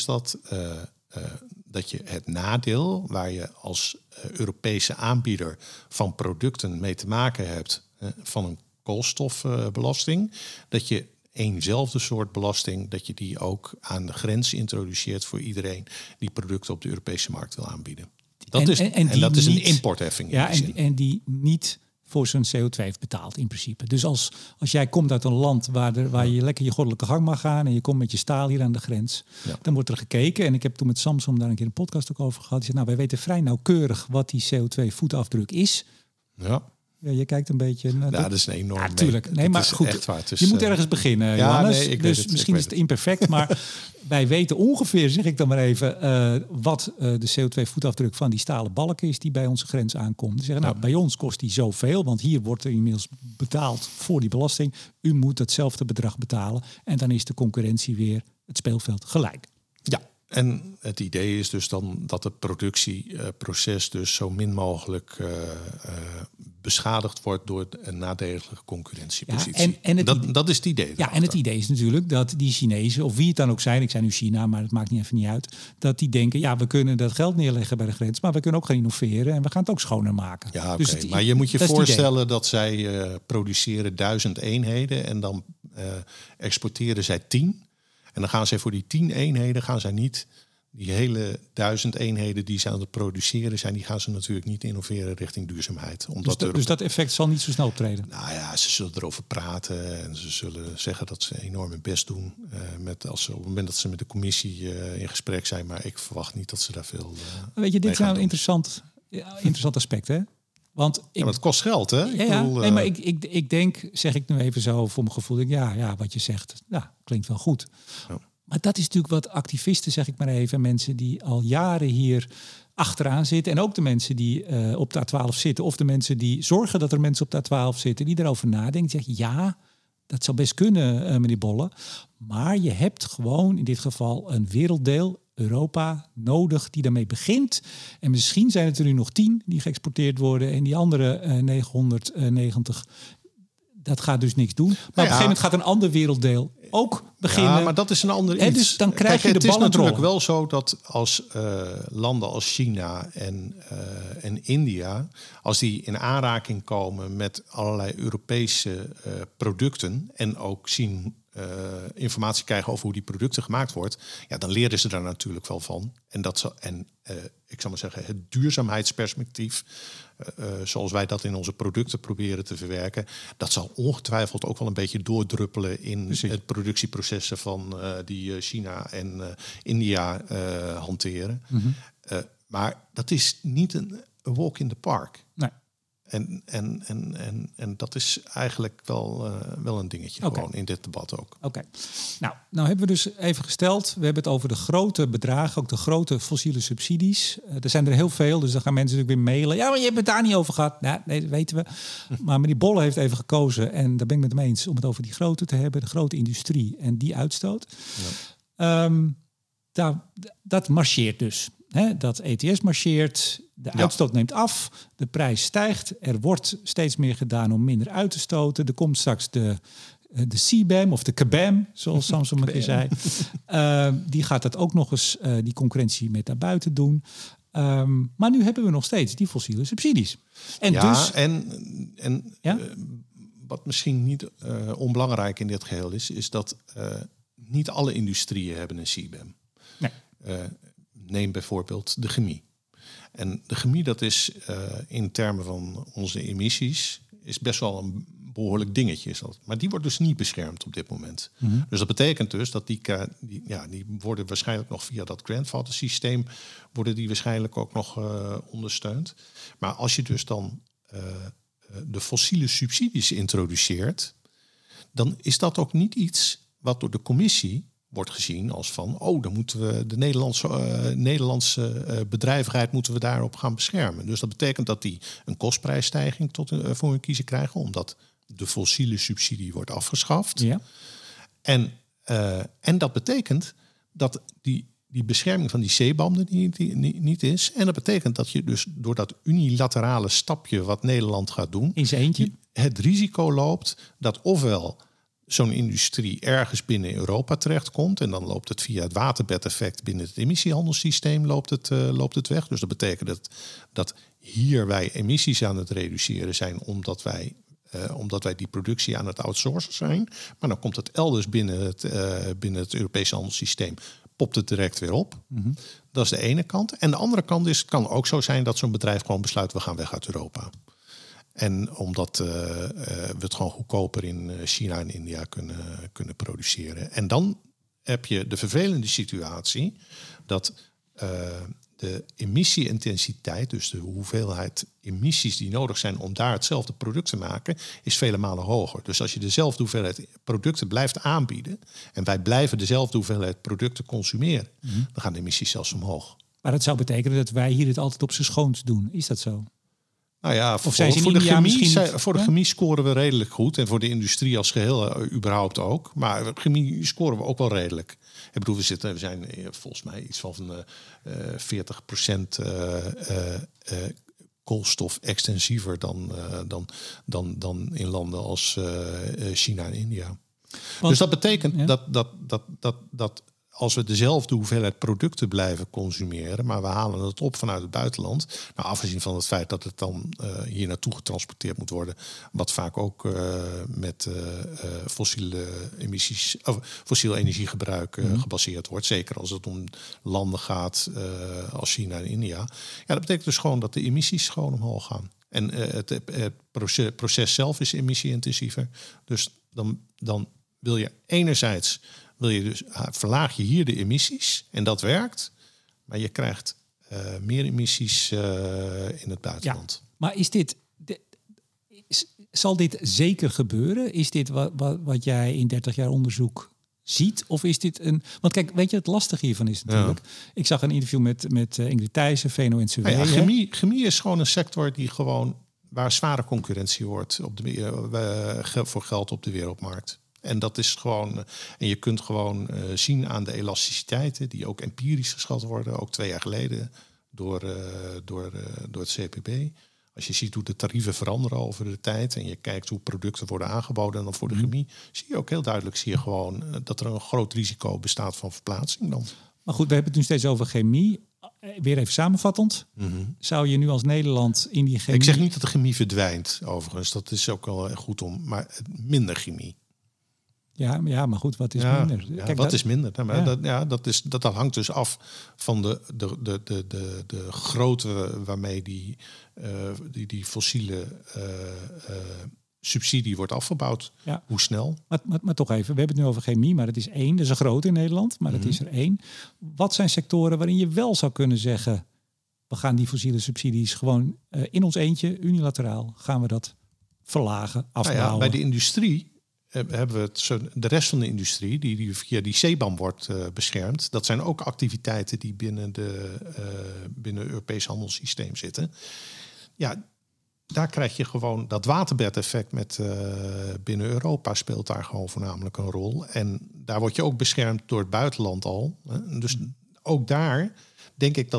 dat je het nadeel waar je als Europese aanbieder van producten mee te maken hebt van een koolstofbelasting, dat je éénzelfde soort belasting, dat je die ook aan de grens introduceert voor iedereen die producten op de Europese markt wil aanbieden. Dat is een importheffing. Ja, en die niet voor zijn CO2 heeft betaald in principe. Dus als jij komt uit een land waar je lekker je goddelijke gang mag gaan en je komt met je staal hier aan de grens, dan wordt er gekeken. En ik heb toen met Samsung daar een keer een podcast ook over gehad. Die zei, wij weten vrij nauwkeurig wat die CO2-voetafdruk is. Ja. Ja, je kijkt een beetje... dat is een enorm... Ja, tuurlijk. Nee, maar goed, je moet ergens beginnen, Johannes. Dus misschien is het imperfect, maar wij weten ongeveer, zeg ik dan maar even, wat de CO2-voetafdruk van die stalen balken is die bij onze grens aankomt. Die zeggen, bij ons kost die zoveel, want hier wordt er inmiddels betaald voor die belasting. U moet hetzelfde bedrag betalen. En dan is de concurrentie weer het speelveld gelijk. Ja. En het idee is dus dan dat het productieproces dus zo min mogelijk beschadigd wordt door een nadelige concurrentiepositie. Ja, dat is het idee. Ja, en het idee is natuurlijk dat die Chinezen, of wie het dan ook zijn, ik zei nu China, maar het maakt niet uit, dat die denken, we kunnen dat geld neerleggen bij de grens, maar we kunnen ook gaan innoveren en we gaan het ook schoner maken. Ja, dus maar je moet je voorstellen dat zij produceren 1000 eenheden en dan exporteren zij 10. En dan gaan zij voor die 10 eenheden, gaan zij niet die hele 1000 eenheden die ze aan het produceren zijn, die gaan ze natuurlijk niet innoveren richting duurzaamheid. Dus dat effect zal niet zo snel optreden? Nou ja, ze zullen erover praten en ze zullen zeggen dat ze enorm hun best doen. Op het moment dat ze met de commissie in gesprek zijn, maar ik verwacht niet dat ze daar veel Weet je, dit is nou een interessant aspect, hè? Want maar het kost geld, hè? Maar ik denk, zeg ik nu even zo voor mijn gevoel, wat je zegt, klinkt wel goed. Ja. Maar dat is natuurlijk wat activisten, zeg ik maar even, mensen die al jaren hier achteraan zitten en ook de mensen die op de A12 zitten of de mensen die zorgen dat er mensen op de A12 zitten, die erover nadenken, zeggen dat zou best kunnen, meneer Bolle. Maar je hebt gewoon in dit geval een werelddeel, Europa, nodig die daarmee begint. En misschien zijn het er nu nog 10 die geëxporteerd worden en die andere 990, dat gaat dus niks doen. Maar op een gegeven moment gaat een ander werelddeel ook beginnen. Ja, maar dat is een ander iets. Dus dan krijg je de bal aan het rollen. Het is natuurlijk wel zo dat als landen als China en India, als die in aanraking komen met allerlei Europese producten en ook zien informatie krijgen over hoe die producten gemaakt wordt, dan leren ze daar natuurlijk wel van. En ik zal maar zeggen, het duurzaamheidsperspectief, zoals wij dat in onze producten proberen te verwerken, dat zal ongetwijfeld ook wel een beetje doordruppelen in het productieprocessen van die China en India hanteren. Mm-hmm. Maar dat is niet een walk in the park. Nee. En dat is eigenlijk wel een dingetje gewoon in dit debat ook. Oké. Nou hebben we dus even gesteld. We hebben het over de grote bedragen, ook de grote fossiele subsidies. Er zijn er heel veel, dus dan gaan mensen natuurlijk weer mailen. Ja, maar je hebt het daar niet over gehad. Nee, dat weten we. Maar meneer Bolle heeft even gekozen, en daar ben ik met hem eens, om het over die grote te hebben, de grote industrie en die uitstoot. Ja. Dat marcheert dus. Dat ETS marcheert, de uitstoot neemt af, de prijs stijgt. Er wordt steeds meer gedaan om minder uit te stoten. Er komt straks de CBAM of de CBAM, zoals Samsung het zei. Die gaat dat ook nog eens, die concurrentie met naar buiten doen. Maar nu hebben we nog steeds die fossiele subsidies. Wat misschien niet onbelangrijk in dit geheel is dat niet alle industrieën hebben een CBAM. Nee. Neem bijvoorbeeld de chemie. En de chemie, dat is in termen van onze emissies, is best wel een behoorlijk dingetje. Maar die wordt dus niet beschermd op dit moment. Mm-hmm. Dus dat betekent dus dat die worden waarschijnlijk nog via dat grandfather systeem worden die waarschijnlijk ook nog ondersteund. Maar als je dus dan de fossiele subsidies introduceert, dan is dat ook niet iets wat door de commissie wordt gezien als van, dan moeten we de Nederlandse bedrijvigheid moeten we daarop gaan beschermen. Dus dat betekent dat die een kostprijsstijging voor hun kiezen krijgen, omdat de fossiele subsidie wordt afgeschaft. Ja. En dat betekent dat die bescherming van die zeebanden niet is. En dat betekent dat je dus door dat unilaterale stapje wat Nederland gaat doen, in zijn eentje, het risico loopt dat ofwel zo'n industrie ergens binnen Europa terechtkomt en dan loopt het via het waterbedeffect binnen het emissiehandelssysteem loopt het weg. Dus dat betekent dat hier wij emissies aan het reduceren zijn omdat wij omdat wij die productie aan het outsourcen zijn. Maar dan komt het elders binnen het Europese handelssysteem. Popt het direct weer op. Mm-hmm. Dat is de ene kant. En de andere kant is, het kan ook zo zijn dat zo'n bedrijf gewoon besluit, we gaan weg uit Europa. En omdat we het gewoon goedkoper in China en India kunnen produceren. En dan heb je de vervelende situatie dat de emissie-intensiteit, dus de hoeveelheid emissies die nodig zijn om daar hetzelfde product te maken, is vele malen hoger. Dus als je dezelfde hoeveelheid producten blijft aanbieden en wij blijven dezelfde hoeveelheid producten consumeren, dan gaan de emissies zelfs omhoog. Maar dat zou betekenen dat wij hier het altijd op z'n schoons doen. Is dat zo? Nou ja, voor de chemie scoren we redelijk goed. En voor de industrie als geheel überhaupt ook. Maar chemie scoren we ook wel redelijk. Ik bedoel, we zijn volgens mij iets van 40% koolstof extensiever dan in landen als China en India. Dus dat betekent dat als we dezelfde hoeveelheid producten blijven consumeren, maar we halen het op vanuit het buitenland, nou, afgezien van het feit dat het dan hier naartoe getransporteerd moet worden, wat vaak ook met fossiele emissies of fossiel energiegebruik gebaseerd wordt, zeker als het om landen gaat als China en India. Ja, dat betekent dus gewoon dat de emissies gewoon omhoog gaan. En het proces zelf is emissie-intensiever. Dus dan wil je enerzijds verlaag je hier de emissies en dat werkt, maar je krijgt meer emissies in het buitenland. Ja, maar zal dit zeker gebeuren? Is dit wat jij in 30 jaar onderzoek ziet? Of is dit een... Want kijk, weet je, het lastige hiervan is natuurlijk... Ja. Ik zag een interview met Ingrid Thijssen, VNO-NCW. Ja, chemie is gewoon een sector die gewoon waar zware concurrentie wordt voor geld op de wereldmarkt. En dat is gewoon. En je kunt gewoon zien aan de elasticiteiten die ook empirisch geschat worden, ook 2 jaar geleden door het CPB. Als je ziet hoe de tarieven veranderen over de tijd en je kijkt hoe producten worden aangeboden en dan voor de chemie, zie je ook heel duidelijk gewoon dat er een groot risico bestaat van verplaatsing dan. Maar goed, we hebben het nu steeds over chemie. Weer even samenvattend. Zou je nu als Nederland in die chemie... Ik zeg niet dat de chemie verdwijnt, overigens. Dat is ook wel goed om, maar minder chemie. Ja, maar goed, wat is minder? Kijk, wat is minder? Nou, maar dat hangt dus af van de grootte waarmee die fossiele subsidie wordt afgebouwd. Ja. Hoe snel? Maar toch even, we hebben het nu over chemie, maar dat is 1. Dat is een groot in Nederland, maar dat is er 1. Wat zijn sectoren waarin je wel zou kunnen zeggen, we gaan die fossiele subsidies gewoon in ons eentje, unilateraal, gaan we dat verlagen, afbouwen? Nou ja, bij de industrie hebben we de rest van de industrie die via die CBAM wordt beschermd. Dat zijn ook activiteiten die binnen het Europees handelssysteem zitten. Ja, daar krijg je gewoon dat waterbedeffect met binnen Europa speelt daar gewoon voornamelijk een rol. En daar word je ook beschermd door het buitenland al. Dus ook daar denk ik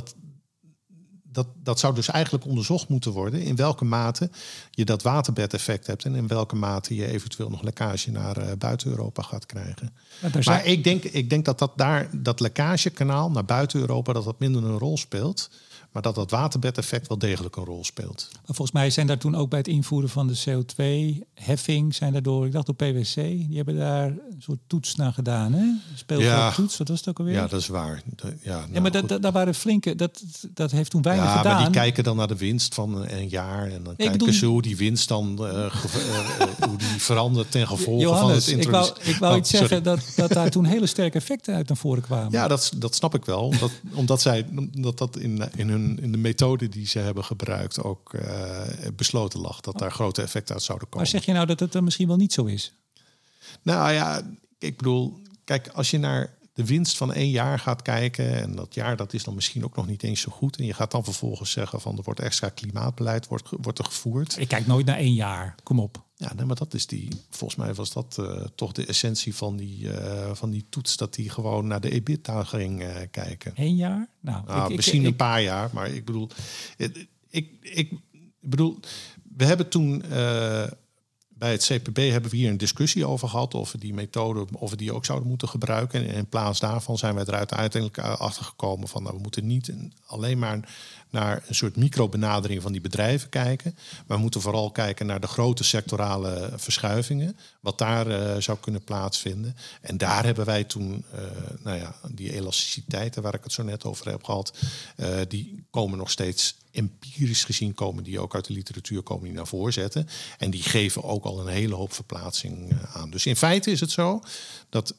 dat zou dus eigenlijk onderzocht moeten worden in welke mate je dat waterbedeffect hebt en in welke mate je eventueel nog lekkage naar buiten Europa gaat krijgen. Maar ik denk dat lekkagekanaal naar buiten Europa dat minder een rol speelt. Maar dat waterbedeffect wel degelijk een rol speelt. Maar volgens mij zijn daar toen ook bij het invoeren van de CO2-heffing... zijn daardoor, ik dacht door PwC, die hebben daar een soort toets naar gedaan. Hè? Speelgoedtoets, wat was het ook alweer? Ja, dat is waar. Maar daar waren flinke... Dat heeft toen weinig gedaan. Maar die kijken dan naar de winst van een jaar... en dan kijken ze hoe die winst dan hoe die verandert ten gevolge Johannes, van het introduceren. Ik wou iets zeggen dat daar toen hele sterke effecten uit naar voren kwamen. Ja, dat snap ik wel. Omdat dat in de methode die ze hebben gebruikt ook besloten lag dat daar grote effecten uit zouden komen. Maar zeg je nou dat het er misschien wel niet zo is? Nou ja, ik bedoel, kijk, als je naar de winst van 1 jaar gaat kijken en dat jaar dat is dan misschien ook nog niet eens zo goed en je gaat dan vervolgens zeggen van er wordt extra klimaatbeleid wordt er gevoerd. Ik kijk nooit naar 1 jaar, kom op. Ja, nee, maar dat is volgens mij was dat toch de essentie van die toets, dat die gewoon naar de EBITDA ging kijken. 1 jaar? Nou, misschien een paar jaar, maar ik bedoel, ik bedoel, we hebben toen bij het CPB hebben we hier een discussie over gehad of we die methode, of we die ook zouden moeten gebruiken. En in plaats daarvan zijn wij eruit uiteindelijk achter gekomen van we moeten niet alleen maar naar een soort microbenadering van die bedrijven kijken. Maar we moeten vooral kijken naar de grote sectorale verschuivingen. Wat daar zou kunnen plaatsvinden. En daar hebben wij toen die elasticiteiten waar ik het zo net over heb gehad. Die komen nog steeds empirisch gezien komen die ook uit de literatuur komen die naar voren zetten. En die geven ook al een hele hoop verplaatsing aan. Dus in feite is het zo dat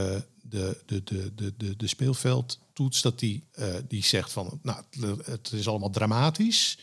de speelveldtoets dat die zegt van het is allemaal dramatisch.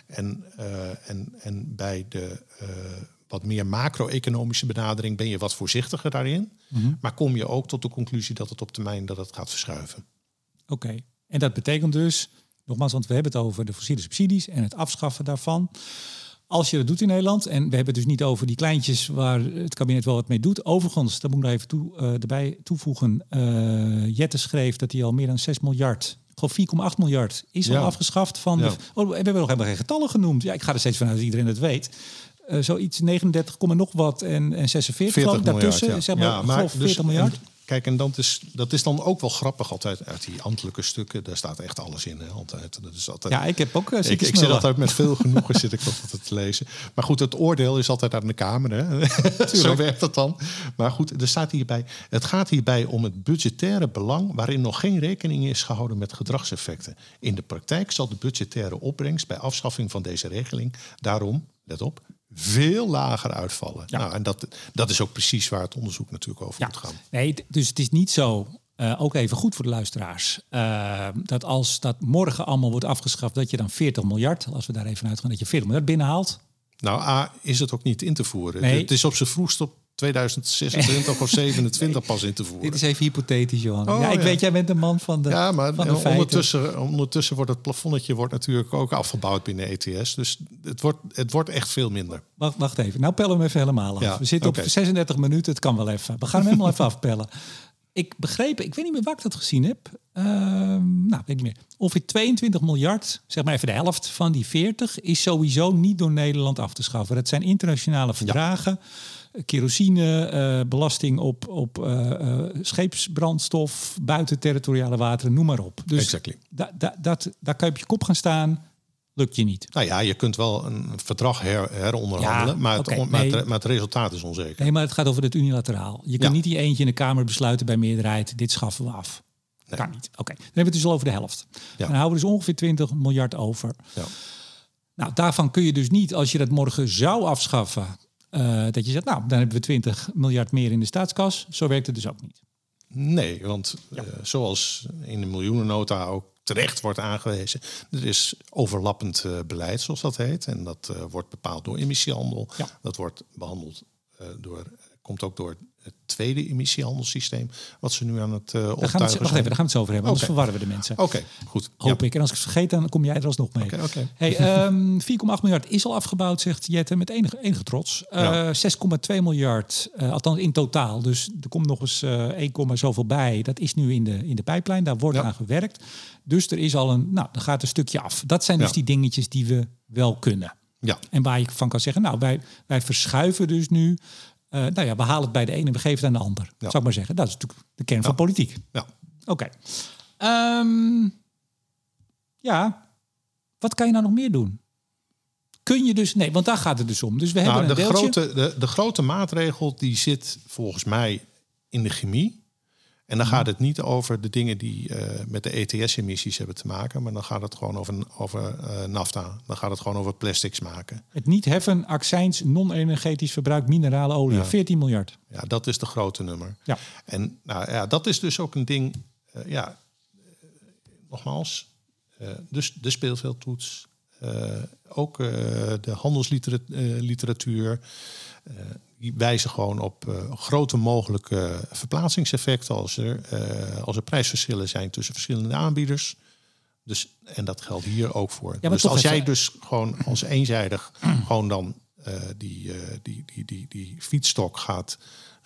En bij de wat meer macro-economische benadering ben je wat voorzichtiger daarin. Mm-hmm. Maar kom je ook tot de conclusie dat het op termijn dat het gaat verschuiven. Oké. En dat betekent dus, nogmaals, want we hebben het over de fossiele subsidies en het afschaffen daarvan. Als je dat doet in Nederland, en we hebben het dus niet over die kleintjes waar het kabinet wel wat mee doet. Overigens, dat moet ik nog even erbij toevoegen. Jette schreef dat hij al meer dan 6 miljard, gewoon 4,8 miljard, is al afgeschaft van. Ja. We hebben nog helemaal geen getallen genoemd. Ja, ik ga er steeds vanuit dat iedereen het weet. Zoiets 39, nog wat en 46 geloof ik daartussen. Ja. Zeg maar 40 miljard. Kijk, en dat is dan ook wel grappig altijd uit die ambtelijke stukken. Daar staat echt alles in, hè, altijd. Dat is altijd. Ja, ik heb ook ik zit altijd met veel genoegen zit ik dat altijd te lezen. Maar goed, het oordeel is altijd aan de Kamer. Hè. Zo werkt dat dan. Maar goed, er staat hierbij. Het gaat hierbij om het budgettaire belang waarin nog geen rekening is gehouden met gedragseffecten. In de praktijk zal de budgettaire opbrengst bij afschaffing van deze regeling daarom, let op, veel lager uitvallen. Ja. Nou, en dat is ook precies waar het onderzoek natuurlijk over moet gaan. Nee, dus het is niet zo, ook even goed voor de luisteraars, dat als dat morgen allemaal wordt afgeschaft, dat je dan 40 miljard, als we daar even uitgaan, dat je 40 miljard binnenhaalt. Nou, is het ook niet in te voeren. Nee. Het is op zijn vroegst op 2026 of 27 pas in te voeren. Dit is even hypothetisch, Johan. Ik weet, jij bent de man van de maar van de ondertussen wordt het plafonnetje natuurlijk ook afgebouwd binnen ETS. Dus het wordt echt veel minder. Wacht even. Nou pellen we hem even helemaal af. Ja, we zitten op 36 minuten. Het kan wel even. We gaan hem helemaal even afpellen. Ik begreep, ik weet niet meer waar ik dat gezien heb. Weet niet meer. Ongeveer 22 miljard, zeg maar even de helft van die 40, is sowieso niet door Nederland af te schaffen. Dat zijn internationale verdragen. Ja. Kerosine, belasting op scheepsbrandstof, buitenterritoriale wateren, noem maar op. Dus exactly. Daar kan je op je kop gaan staan. Lukt je niet. Nou ja, je kunt wel een verdrag heronderhandelen, maar het resultaat is onzeker. Nee, maar het gaat over het unilateraal. Je kunt niet die eentje in de Kamer besluiten bij meerderheid, dit schaffen we af. Nee. Kan niet. Oké. Dan hebben we het dus al over de helft. Ja. Dan houden we dus ongeveer 20 miljard over. Ja. Nou, daarvan kun je dus niet, als je dat morgen zou afschaffen, dat je zegt, nou, dan hebben we 20 miljard meer in de staatskas. Zo werkt het dus ook niet. Nee, want zoals in de miljoenennota ook terecht wordt aangewezen, er is overlappend beleid, zoals dat heet. En dat wordt bepaald door emissiehandel. Ja. Dat wordt behandeld komt ook door het tweede emissiehandelssysteem, wat ze nu aan het optuigen zijn. Wacht even, daar gaan we het zo over hebben, anders verwarren we de mensen. Oké, goed. Hoop ik. En als ik het vergeet, dan kom jij er alsnog mee. Okay. Hey, 4,8 miljard is al afgebouwd, zegt Jette, met enige trots. 6,2 miljard, althans in totaal. Dus er komt nog eens 1, zoveel bij. Dat is nu in de pijplijn, daar wordt aan gewerkt. Dus er is al dan gaat een stukje af. Dat zijn dus die dingetjes die we wel kunnen. Ja. En waar je van kan zeggen, nou, wij verschuiven dus nu. We halen het bij de ene en we geven het aan de ander. Zou ik maar zeggen. Dat is natuurlijk de kern van politiek. Ja. Oké. Wat kan je nou nog meer doen? Kun je dus... Nee, want daar gaat het dus om. Dus we hebben een deeltje. De grote maatregel die zit volgens mij in de chemie. En dan gaat het niet over de dingen die met de ETS-emissies hebben te maken. Maar dan gaat het gewoon over nafta. Dan gaat het gewoon over plastics maken. Het niet heffen, accijns, non-energetisch verbruik, minerale olie. 14 miljard. Ja, dat is de grote nummer. Ja. En dat is dus ook een ding... nogmaals, dus de speelveldtoets. Ook de handelsliteratuur... die wijzen gewoon op grote mogelijke verplaatsingseffecten als er prijsverschillen zijn tussen verschillende aanbieders. Dus, en dat geldt hier ook voor. Ja, dus als jij dus gewoon als eenzijdig gewoon dan die feedstock gaat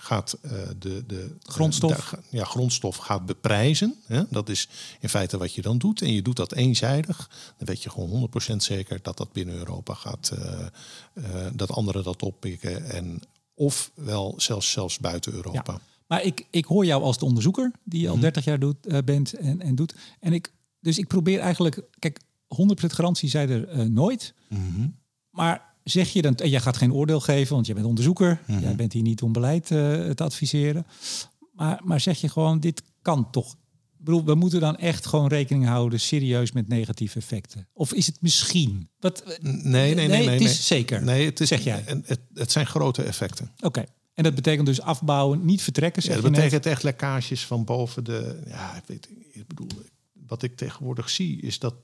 de grondstof gaat beprijzen. Hè? Dat is in feite wat je dan doet. En je doet dat eenzijdig. Dan weet je gewoon 100% zeker dat binnen Europa gaat. Dat anderen dat oppikken. En ofwel zelfs buiten Europa. Ja. Maar ik hoor jou als de onderzoeker die al 30 jaar bent en doet. En ik probeer eigenlijk... Kijk, 100% garantie zei er nooit. Mm-hmm. Maar zeg je dan... En jij gaat geen oordeel geven, want jij bent onderzoeker. Mm-hmm. Jij bent hier niet om beleid te adviseren. Maar zeg je gewoon, dit kan toch... Ik bedoel, we moeten dan echt gewoon rekening houden... serieus met negatieve effecten. Of is het misschien? Nee. Het is zeker, zeg jij. Het zijn grote effecten. Oké. En dat betekent dus afbouwen, niet vertrekken. Ja, dat betekent echt lekkages van boven de... Ja, ik bedoel, wat ik tegenwoordig zie is dat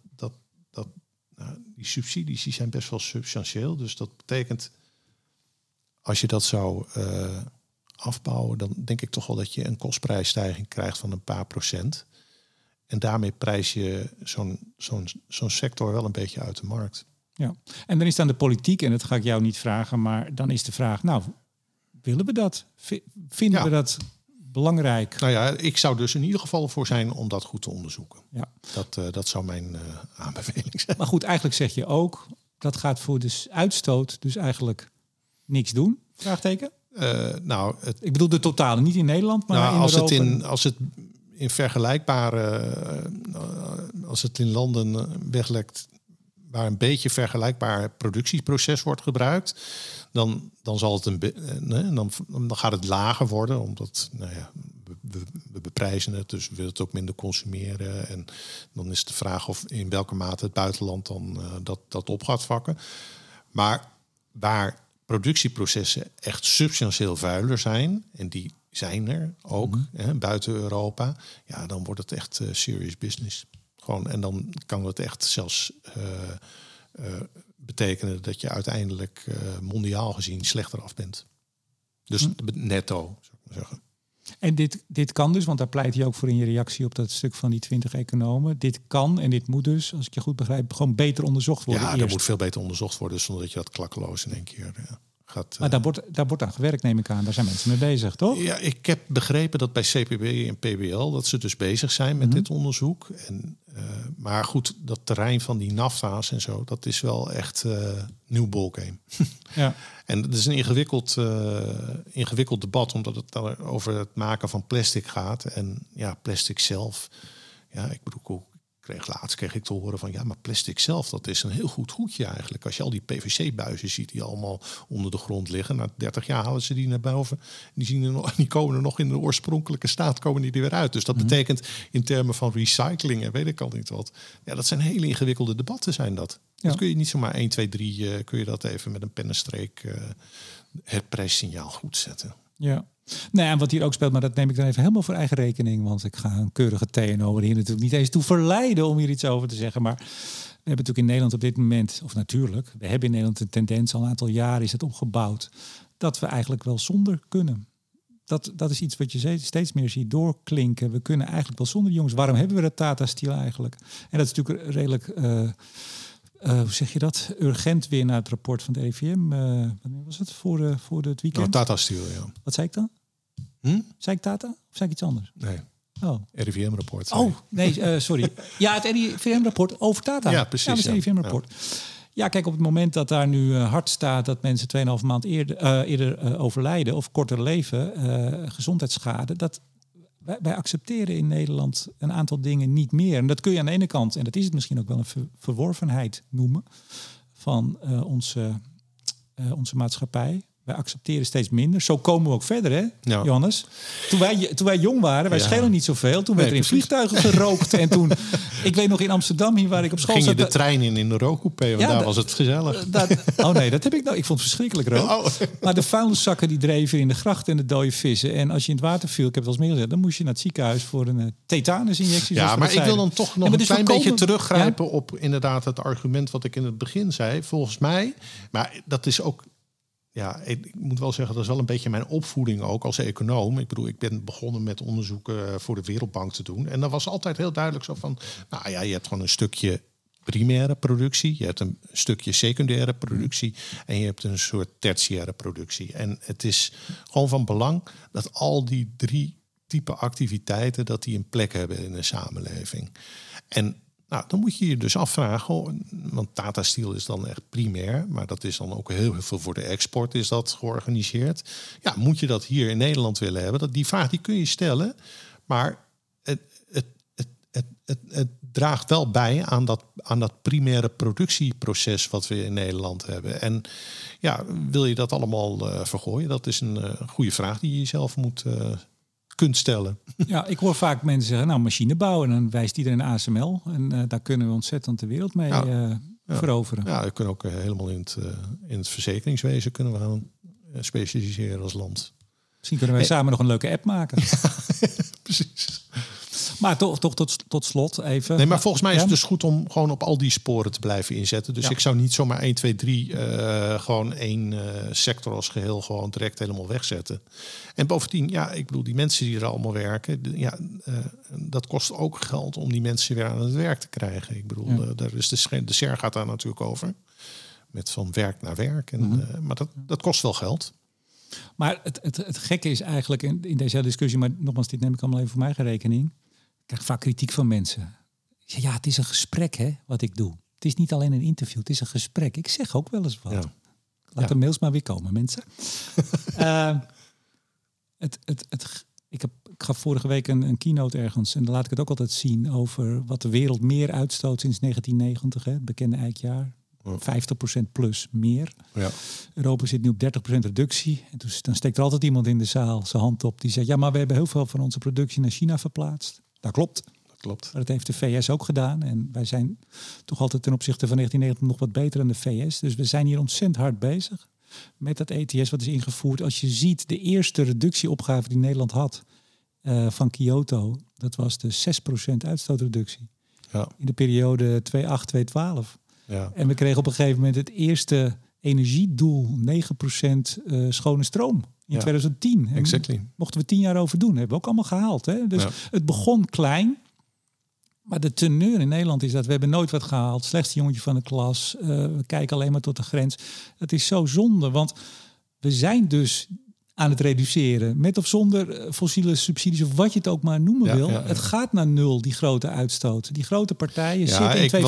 die subsidies die zijn best wel substantieel. Dus dat betekent, als je dat zou afbouwen, dan denk ik toch wel dat je een kostprijsstijging krijgt van een paar procent. En daarmee prijs je zo'n sector wel een beetje uit de markt. Ja, en dan is dan de politiek, en dat ga ik jou niet vragen, maar dan is de vraag, nou, willen we dat? Vinden we dat belangrijk? Nou ja, ik zou dus in ieder geval voor zijn om dat goed te onderzoeken. Ja. Dat zou mijn aanbeveling zijn. Maar goed, eigenlijk zeg je ook, dat gaat voor de uitstoot dus eigenlijk niks doen? Vraagteken? Ik bedoel de totale, niet in Nederland, maar in Europa. Als het in vergelijkbare, als het in landen weglekt waar een beetje vergelijkbaar productieproces wordt gebruikt, dan zal het dan gaat het lager worden, omdat we beprijzen het, dus we willen het ook minder consumeren. En dan is de vraag of in welke mate het buitenland dan dat op gaat vakken. Maar waar productieprocessen echt substantieel vuiler zijn, en die zijn er ook buiten Europa, ja, dan wordt het echt serious business. Gewoon, en dan kan het echt zelfs betekenen dat je uiteindelijk mondiaal gezien slechter af bent. Dus netto, zou ik maar zeggen. En dit kan dus, want daar pleit je ook voor in je reactie op dat stuk van die 20 economen. Dit kan en dit moet dus, als ik je goed begrijp, gewoon beter onderzocht worden. Ja, dat moet veel beter onderzocht worden, zonder dat je dat klakkeloos in één keer gaat. Maar daar wordt aan gewerkt, neem ik aan. Daar zijn mensen mee bezig, toch? Ja, ik heb begrepen dat bij CPB en PBL dat ze dus bezig zijn met dit onderzoek. Maar goed, dat terrein van die NAFTA's en zo, dat is wel echt nieuw ballgame. Ja. En het is een ingewikkeld debat, omdat het over het maken van plastic gaat. En ja, plastic zelf. Ja, ik bedoel, laatst kreeg ik te horen van, ja, maar plastic zelf, dat is een heel goed goedje eigenlijk. Als je al die PVC-buizen ziet die allemaal onder de grond liggen, na 30 jaar halen ze die naar boven. Die komen er nog in de oorspronkelijke staat, komen die er weer uit. Dus dat betekent in termen van recycling en weet ik al niet wat. Ja, dat zijn hele ingewikkelde debatten, zijn dat. Ja. Dat kun je niet zomaar 1, 2, 3, kun je dat even met een pennenstreek het prijssignaal goed zetten. Ja. Nou, en wat hier ook speelt, maar dat neem ik dan even helemaal voor eigen rekening. Want ik ga een keurige TNO hier natuurlijk niet eens toe verleiden om hier iets over te zeggen. Maar we hebben natuurlijk in Nederland op dit moment, of natuurlijk, we hebben in Nederland een tendens, al een aantal jaren is het opgebouwd, dat we eigenlijk wel zonder kunnen. Dat is iets wat je steeds meer ziet doorklinken. We kunnen eigenlijk wel zonder, jongens. Waarom hebben we dat Tata Steel eigenlijk? En dat is natuurlijk redelijk, hoe zeg je dat? Urgent weer naar het rapport van de RIVM. Wanneer was het? Voor het weekend? Nou, Tata Steel, ja. Wat zei ik dan? Zei ik Tata? Of zei ik iets anders? Nee. Oh. RIVM-rapport. Oh, nee, sorry. Ja, het RIVM-rapport over Tata. Ja, precies. Ja, dat is het RIVM-rapport. Ja, kijk, op het moment dat daar nu hard staat dat mensen 2,5 maand eerder overlijden of korter leven, gezondheidsschade, dat wij accepteren in Nederland een aantal dingen niet meer. En dat kun je aan de ene kant, en dat is het misschien ook wel een verworvenheid noemen van onze maatschappij. Wij accepteren steeds minder. Zo komen we ook verder, hè, ja. Johannes? Toen wij jong waren, wij schelen niet zoveel. Toen werd er in vliegtuigen gerookt. En toen, ik weet nog in Amsterdam, hier waar ik op school ging zat. Je de trein in de rookcoupé, want daar was het gezellig. Oh nee, dat heb ik nou. Ik vond het verschrikkelijk rook. Oh. Maar de vuilniszakken die dreven in de gracht en de dode vissen. En als je in het water viel, ik heb het wel eens meer gezegd, dan moest je naar het ziekenhuis voor een tetanusinjectie. Ja, maar ik wil dan toch nog een klein beetje teruggrijpen op inderdaad het argument wat ik in het begin zei. Volgens mij, maar dat is ook. Ja, ik moet wel zeggen, dat is wel een beetje mijn opvoeding ook als econoom. Ik bedoel, ik ben begonnen met onderzoeken voor de Wereldbank te doen. En dat was altijd heel duidelijk zo van, nou ja, je hebt gewoon een stukje primaire productie, je hebt een stukje secundaire productie en je hebt een soort tertiaire productie. En het is gewoon van belang dat al die 3 type activiteiten, dat die een plek hebben in de samenleving. En dan moet je je dus afvragen, want Tata Steel is dan echt primair, maar dat is dan ook heel veel voor de export is dat georganiseerd. Ja, moet je dat hier in Nederland willen hebben? Die vraag die kun je stellen, maar het draagt wel bij aan dat primaire productieproces wat we in Nederland hebben. En ja, wil je dat allemaal vergooien? Dat is een goede vraag die je jezelf kunt stellen. Ja, ik hoor vaak mensen zeggen, machinebouw, en dan wijst iedereen naar ASML. En daar kunnen we ontzettend de wereld mee veroveren. Ja, we kunnen ook helemaal in het verzekeringswezen kunnen we gaan specialiseren als land. Misschien kunnen wij samen nog een leuke app maken. Ja, precies. Maar toch tot slot even. Nee, maar volgens mij is het dus goed om gewoon op al die sporen te blijven inzetten. Dus ik zou niet zomaar 1, 2, 3 gewoon één sector als geheel gewoon direct helemaal wegzetten. En bovendien, ik bedoel, die mensen die er allemaal werken, dat kost ook geld om die mensen weer aan het werk te krijgen. Ik bedoel, daar is de SER gaat daar natuurlijk over. Met van werk naar werk. En, maar dat kost wel geld. Maar het gekke is eigenlijk in deze discussie, maar nogmaals, dit neem ik allemaal even voor mijn eigen rekening. Ik krijg vaak kritiek van mensen. Ja, het is een gesprek, hè, wat ik doe. Het is niet alleen een interview, het is een gesprek. Ik zeg ook wel eens wat. Ja. Laat de mails maar weer komen, mensen. Ik gaf vorige week een keynote ergens. En dan laat ik het ook altijd zien over wat de wereld meer uitstoot sinds 1990. Hè, het bekende eikjaar. 50% plus meer. Ja. Europa zit nu op 30% reductie. En dus, dan steekt er altijd iemand in de zaal zijn hand op die zegt, ja, maar we hebben heel veel van onze productie naar China verplaatst. Dat klopt. Maar dat heeft de VS ook gedaan. En wij zijn toch altijd ten opzichte van 1990 nog wat beter dan de VS. Dus we zijn hier ontzettend hard bezig met dat ETS wat is ingevoerd. Als je ziet de eerste reductieopgave die Nederland had van Kyoto, dat was de 6% uitstootreductie. Ja. In de periode 2008-2012. Ja. En we kregen op een gegeven moment het eerste energiedoel, 9% schone stroom in 2010. Exactly. Mochten we 10 jaar over doen, hebben we ook allemaal gehaald. Hè? Dus het begon klein. Maar de teneur in Nederland is dat we hebben nooit wat gehaald. Slechtste jongetje van de klas. We kijken alleen maar tot de grens. Dat is zo zonde, want we zijn dus aan het reduceren. Met of zonder fossiele subsidies of wat je het ook maar noemen wil. Ja. Het gaat naar 0, die grote uitstoot. Die grote partijen zitten in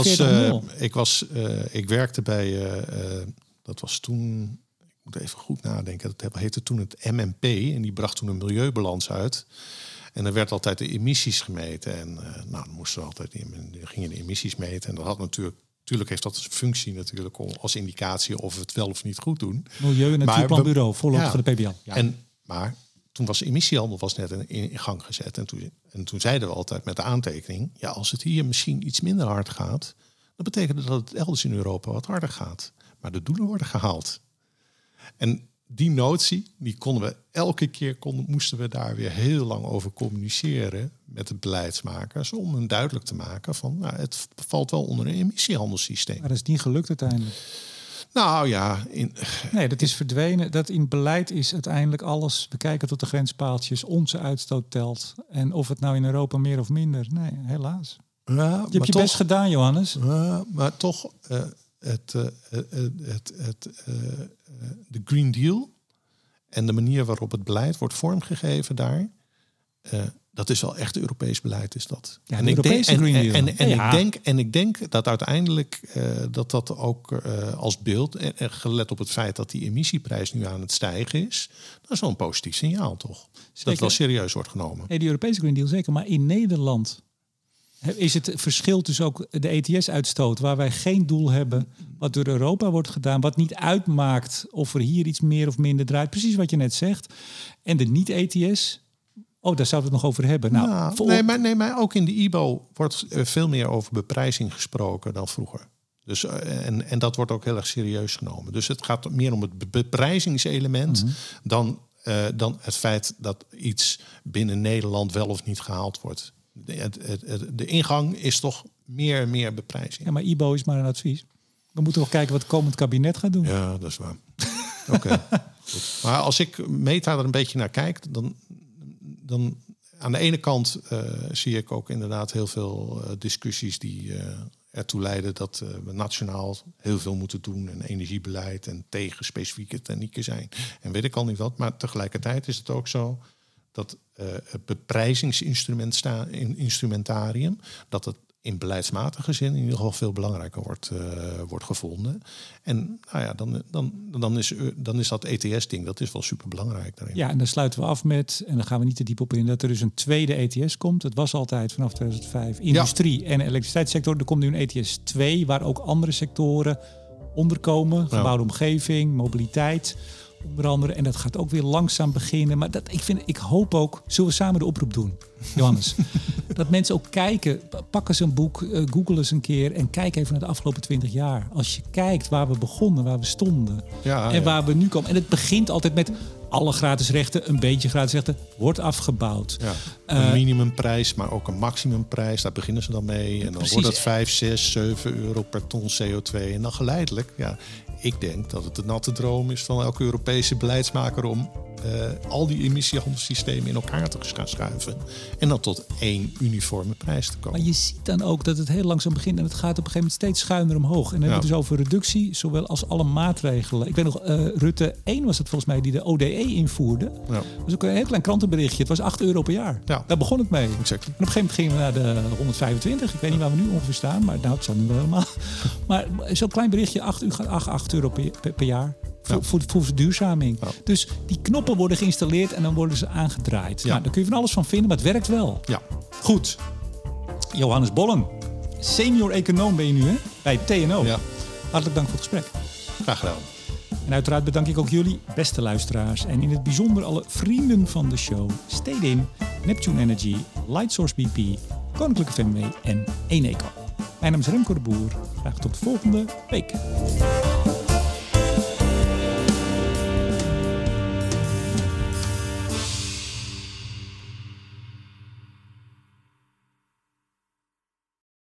2040 ik werkte bij, dat was toen, ik moet even goed nadenken, dat heette toen het MMP en die bracht toen een milieubalans uit. En er werd altijd de emissies gemeten. En dan moesten we altijd gingen de emissies meten. En dat had natuurlijk heeft dat een functie natuurlijk als indicatie of we het wel of niet goed doen. Milieu- en Natuurplanbureau, volop voor de PBL. Ja. Maar toen was de emissiehandel net in gang gezet. En toen zeiden we altijd met de aantekening, ja, als het hier misschien iets minder hard gaat, dan betekent dat het elders in Europa wat harder gaat. Maar de doelen worden gehaald. En die notie, die konden we elke keer moesten we daar weer heel lang over communiceren met de beleidsmakers om hen duidelijk te maken van, het valt wel onder een emissiehandelssysteem. Maar dat is niet gelukt uiteindelijk. Nou ja, nee, dat is verdwenen. Dat in beleid is uiteindelijk alles. We kijken tot de grenspaaltjes. Onze uitstoot telt. En of het nou in Europa meer of minder. Nee, helaas. Ja, je hebt je best gedaan, Johannes. Maar toch, de Green Deal en de manier waarop het beleid wordt vormgegeven daar, dat is wel echt Europees beleid, is dat. Ja, en ik denk dat uiteindelijk dat ook als beeld, gelet op het feit dat die emissieprijs nu aan het stijgen is, dat is wel een positief signaal, toch? Zeker. Dat wel serieus wordt genomen. Die Europese Green Deal zeker, maar in Nederland is het verschil tussen ook de ETS-uitstoot, waar wij geen doel hebben wat door Europa wordt gedaan, wat niet uitmaakt of er hier iets meer of minder draait, precies wat je net zegt, en de niet-ETS. Oh, daar zouden we het nog over hebben. Nee, maar ook in de IBO wordt veel meer over beprijzing gesproken dan vroeger. Dus, en dat wordt ook heel erg serieus genomen. Dus het gaat meer om het beprijzingselement dan het feit dat iets binnen Nederland wel of niet gehaald wordt. De ingang is toch meer en meer beprijzing. Ja, maar IBO is maar een advies. We moeten nog kijken wat het komend kabinet gaat doen. Ja, dat is waar. Oké. Maar als ik Meta er een beetje naar kijk, dan aan de ene kant zie ik ook inderdaad heel veel discussies die ertoe leiden dat we nationaal heel veel moeten doen en energiebeleid en tegen specifieke technieken zijn. En weet ik al niet wat, maar tegelijkertijd is het ook zo dat het beprijzingsinstrumentarium, dat het in beleidsmatige zin in ieder geval veel belangrijker wordt gevonden. En nou ja, dan is dat ETS-ding, dat is wel super belangrijk daarin. Ja, en dan sluiten we af met, en daar gaan we niet te diep op in, dat er dus een tweede ETS komt. Het was altijd vanaf 2005 industrie en elektriciteitssector. Er komt nu een ETS 2, waar ook andere sectoren onderkomen. Gebouwde omgeving, mobiliteit onder andere. En dat gaat ook weer langzaam beginnen. Maar ik hoop ook, zullen we samen de oproep doen, Johannes? Dat mensen ook kijken, pakken ze een boek, googlen eens een keer en kijk even naar de afgelopen 20 jaar. Als je kijkt waar we begonnen, waar we stonden waar we nu komen. En het begint altijd met alle gratis rechten, een beetje gratis rechten, wordt afgebouwd. Ja, een minimumprijs, maar ook een maximumprijs. Daar beginnen ze dan mee. En dan wordt het 5, 6, 7 euro per ton CO2. En dan geleidelijk, ik denk dat het de natte droom is van elke Europese beleidsmaker om al die emissiehandelssystemen in elkaar te gaan schuiven. En dan tot één uniforme prijs te komen. Maar je ziet dan ook dat het heel langzaam begint en het gaat op een gegeven moment steeds schuiner omhoog. En dan hebben we het dus over reductie, zowel als alle maatregelen. Ik weet nog, Rutte 1 was het volgens mij die de ODE invoerde. Ja. Dat was ook een heel klein krantenberichtje. Het was 8 euro per jaar. Ja. Daar begon het mee. Exactly. En op een gegeven moment gingen we naar de 125. Ik weet niet waar we nu ongeveer staan, maar het zal nu wel helemaal. Maar zo'n klein berichtje, 8 euro per jaar. Voor verduurzaming. Ja. Dus die knoppen worden geïnstalleerd en dan worden ze aangedraaid. Ja. Nou, daar kun je van alles van vinden, maar het werkt wel. Ja. Goed. Johannes Bollen, senior econoom ben je nu bij TNO. Ja. Hartelijk dank voor het gesprek. Graag gedaan. En uiteraard bedank ik ook jullie, beste luisteraars. En in het bijzonder alle vrienden van de show. Stay in, Neptune Energy, Lightsource BP, Koninklijke FMW en Eneco. Mijn naam is Remco de Boer. Graag tot de volgende week.